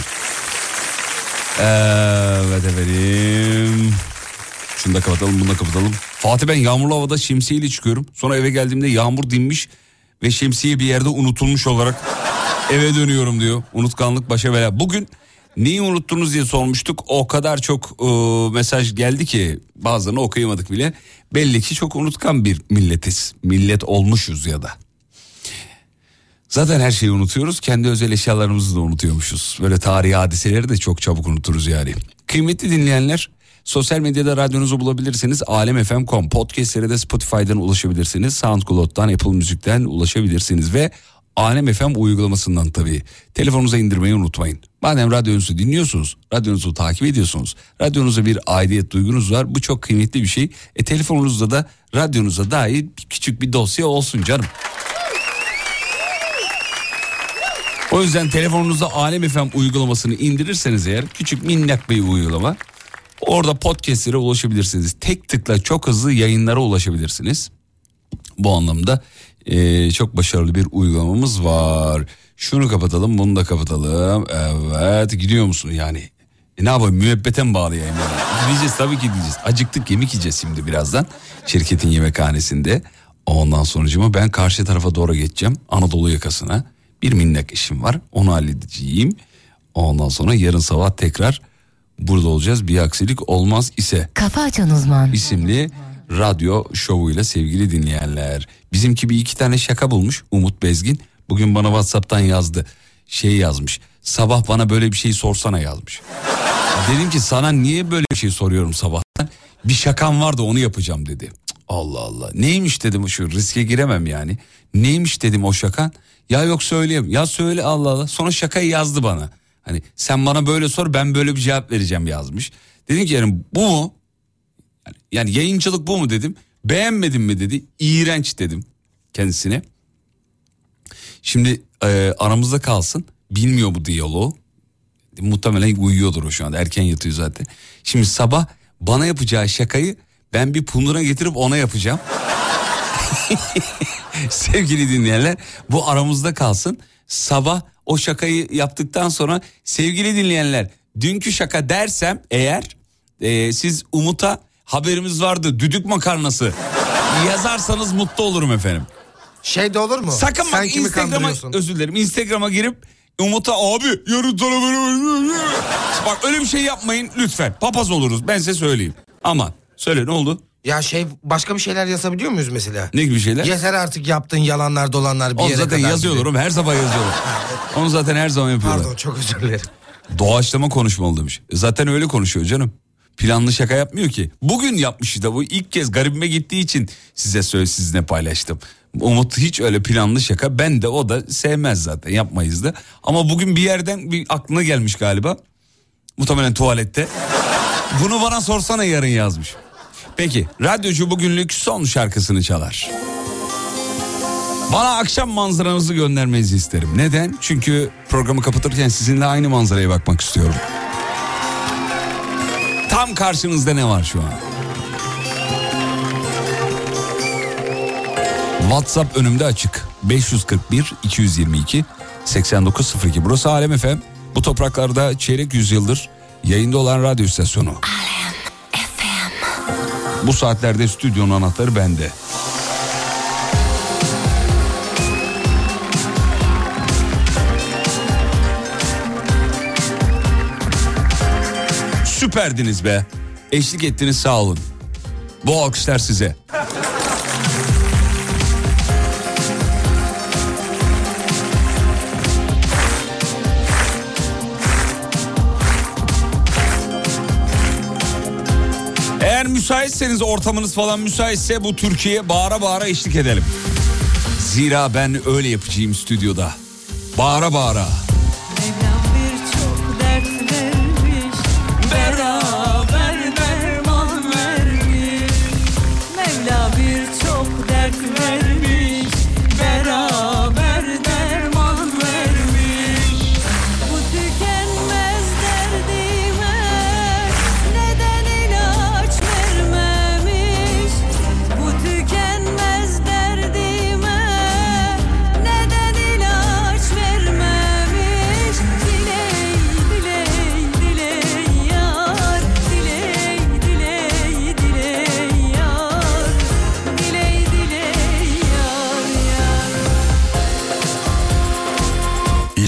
Evet efendim. Şunu da kapatalım, bunu da kapatalım. Fatih, ben yağmurlu havada şemsiyeyle çıkıyorum. Sonra eve geldiğimde yağmur dinmiş ve şemsiye bir yerde unutulmuş olarak eve dönüyorum diyor. Unutkanlık başa bela. Bugün neyi unuttunuz diye sormuştuk. O kadar çok e, mesaj geldi ki bazılarını okuyamadık bile. Belli ki çok unutkan bir milletiz. Millet olmuşuz ya da. Zaten her şeyi unutuyoruz. Kendi özel eşyalarımızı da unutuyormuşuz. Böyle tarihi hadiseleri de çok çabuk unuturuz yani. Kıymetli dinleyenler, sosyal medyada radyonuzu bulabilirsiniz. alem f m nokta com, podcastlere de Spotify'dan ulaşabilirsiniz. SoundCloud'dan, Apple Müzik'ten ulaşabilirsiniz ve Alem F M uygulamasından tabii. Telefonunuza indirmeyi unutmayın. Madem radyonuzu dinliyorsunuz, radyonuzu takip ediyorsunuz, radyonuza bir aidiyet duygunuz var. Bu çok kıymetli bir şey. E telefonunuzda da radyonuza dair küçük bir dosya olsun canım. O yüzden telefonunuzda Alem F M uygulamasını indirirseniz eğer, küçük minnak bir uygulama. Orada podcastlere ulaşabilirsiniz. Tek tıkla çok hızlı yayınlara ulaşabilirsiniz. Bu anlamda e, çok başarılı bir uygulamamız var. Şunu kapatalım, bunu da kapatalım. Evet, gidiyor musun yani? E ne yapayım, müebbete mi bağlayayım yani? Gideceğiz tabii ki gideceğiz. Acıktık, yemek yiyeceğiz şimdi birazdan. Şirketin yemekhanesinde. Ondan sonucuma ben karşı tarafa doğru geçeceğim. Anadolu yakasına. Bir minnak işim var, onu halledeceğim. Ondan sonra yarın sabah tekrar burada olacağız. Bir aksilik olmaz ise. Kafa Açan Uzman İsimli radyo şovuyla sevgili dinleyenler. Bizimki bir iki tane şaka bulmuş Umut Bezgin. Bugün bana WhatsApp'tan yazdı. Şey yazmış. Sabah bana böyle bir şey sorsana yazmış. Dedim ki sana niye böyle bir şey soruyorum sabahtan? Bir şakam var da onu yapacağım dedi. Cık, Allah Allah. Neymiş dedim, şu riske giremem yani. Neymiş dedim o şakan. Ya yok söyleyeyim. Ya söyle, Allah Allah. Sonra şakayı yazdı bana. Hani sen bana böyle sor, ben böyle bir cevap vereceğim yazmış. Dedim ki yani bu mu? Yani, yani yayıncılık bu mu dedim. Beğenmedin mi dedi. İğrenç dedim kendisine. Şimdi e, aramızda kalsın. Bilmiyor bu diyaloğu. Muhtemelen uyuyordur o şu anda. Erken yatıyor zaten. Şimdi sabah bana yapacağı şakayı ben bir punduna getirip ona yapacağım. Sevgili dinleyenler, bu aramızda kalsın. Sabah o şakayı yaptıktan sonra sevgili dinleyenler, dünkü şaka dersem eğer e, siz Umut'a haberimiz vardı düdük makarnası yazarsanız mutlu olurum efendim. Şey de olur mu? Sakın Sen bak Instagram'a, özür dilerim, Instagram'a girip Umut'a abi yarın sana böyle bak öyle bir şey yapmayın lütfen. Papaz oluruz, ben size söyleyeyim. Ama söyle, ne oldu? Ya şey, başka bir şeyler yazabiliyor muyuz mesela? Ne gibi şeyler? Yeter artık yaptığın yalanlar dolanlar bir Onu yere zaten kadar. yazıyorlar oğlum, her sabah yazıyorlar. Onu zaten her zaman yapıyorlar. Pardon, çok özür dilerim. Doğaçlama konuşmalı demiş. Zaten öyle konuşuyor canım. Planlı şaka yapmıyor ki. Bugün yapmış da bu, ilk kez garibime gittiği için size söyle, sizinle paylaştım. Umut hiç öyle planlı şaka, ben de o da sevmez zaten, yapmayız da. Ama bugün bir yerden bir aklına gelmiş galiba. Muhtemelen tuvalette. Bunu bana sorsana yarın yazmış. Peki radyocu bugünlük son şarkısını çalar. Bana akşam manzaranızı göndermenizi isterim. Neden? Çünkü programı kapatırken sizinle aynı manzaraya bakmak istiyorum. Tam karşınızda ne var şu an? WhatsApp önümde açık. beş yüz kırk bir iki yüz yirmi iki seksen dokuz sıfır iki. Burası Alem F M. Bu topraklarda çeyrek yüzyıldır yayında olan radyo istasyonu. Alem F M. Bu saatlerde stüdyonun anahtarı bende. Süperdiniz be. Eşlik ettiniz, sağ olun. Bu alkışlar size. Eğer müsaitseniz, ortamınız falan müsaitse bu Türkiye'ye bağıra bağıra eşlik edelim. Zira ben öyle yapacağım stüdyoda. Bağıra bağıra. Mevlam birçok dert vermiş, beraber derman vermiş. Mevla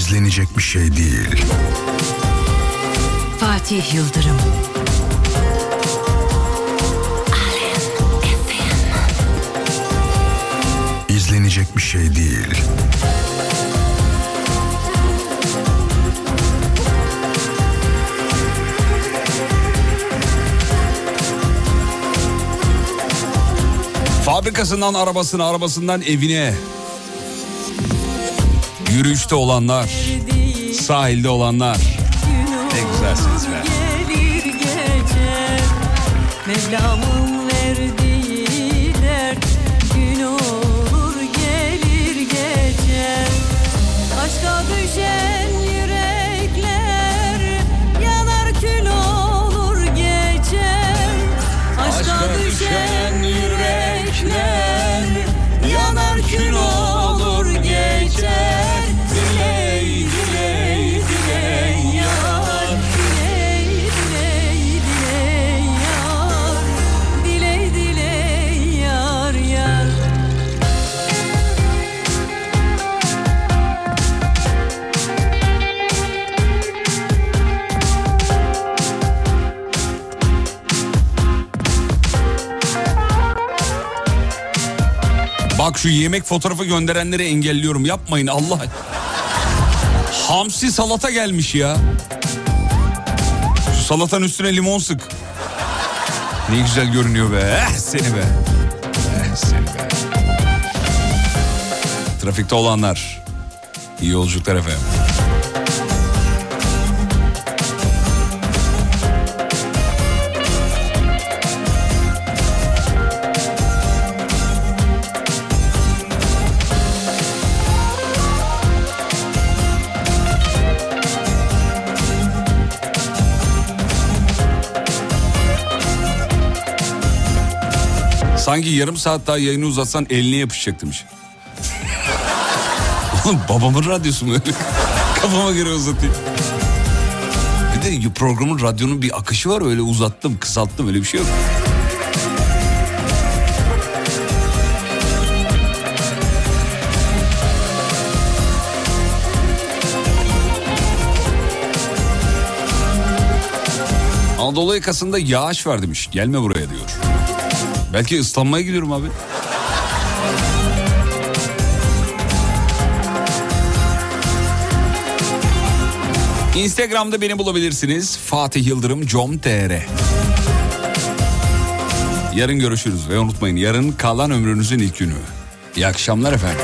İzlenecek bir şey değil. Fatih Yıldırım. İzlenecek bir şey değil. Fabrikasından arabasına, arabasından evine. Yürüyüşte olanlar, sahilde olanlar. Ne güzelsiniz be. Gelir gece Mevlam'ın verdiği dert gün olur gelir gece. Aşka düşen yürekler yanar kül olur gece. Aşka düşen yürekler yanar kül olur gece. Diley diley diley yar, diley diley diley yar, diley diley yar yar. Bak şu yemek fotoğrafı gönderenleri engelliyorum. Yapmayın Allah. Hamsi salata gelmiş ya. Şu salatanın üstüne limon sık. Ne güzel görünüyor be. Eh seni be. Eh seni be. Trafikte olanlar. İyi yolculuklar efendim. Sanki yarım saat daha yayını uzatsan eline yapışacak demiş. Oğlum babamın radyosu mu öyle? Kafama göre uzatayım. Bir de programın, radyonun bir akışı var, öyle uzattım, kısalttım, öyle bir şey yok. Anadolu yakasında yağış var demiş. Gelme buraya diyor. Belki ıslanmaya gidiyorum abi. Instagram'da beni bulabilirsiniz. Fatih Yıldırım com tr. Yarın görüşürüz ve unutmayın, yarın kalan ömrünüzün ilk günü. İyi akşamlar efendim.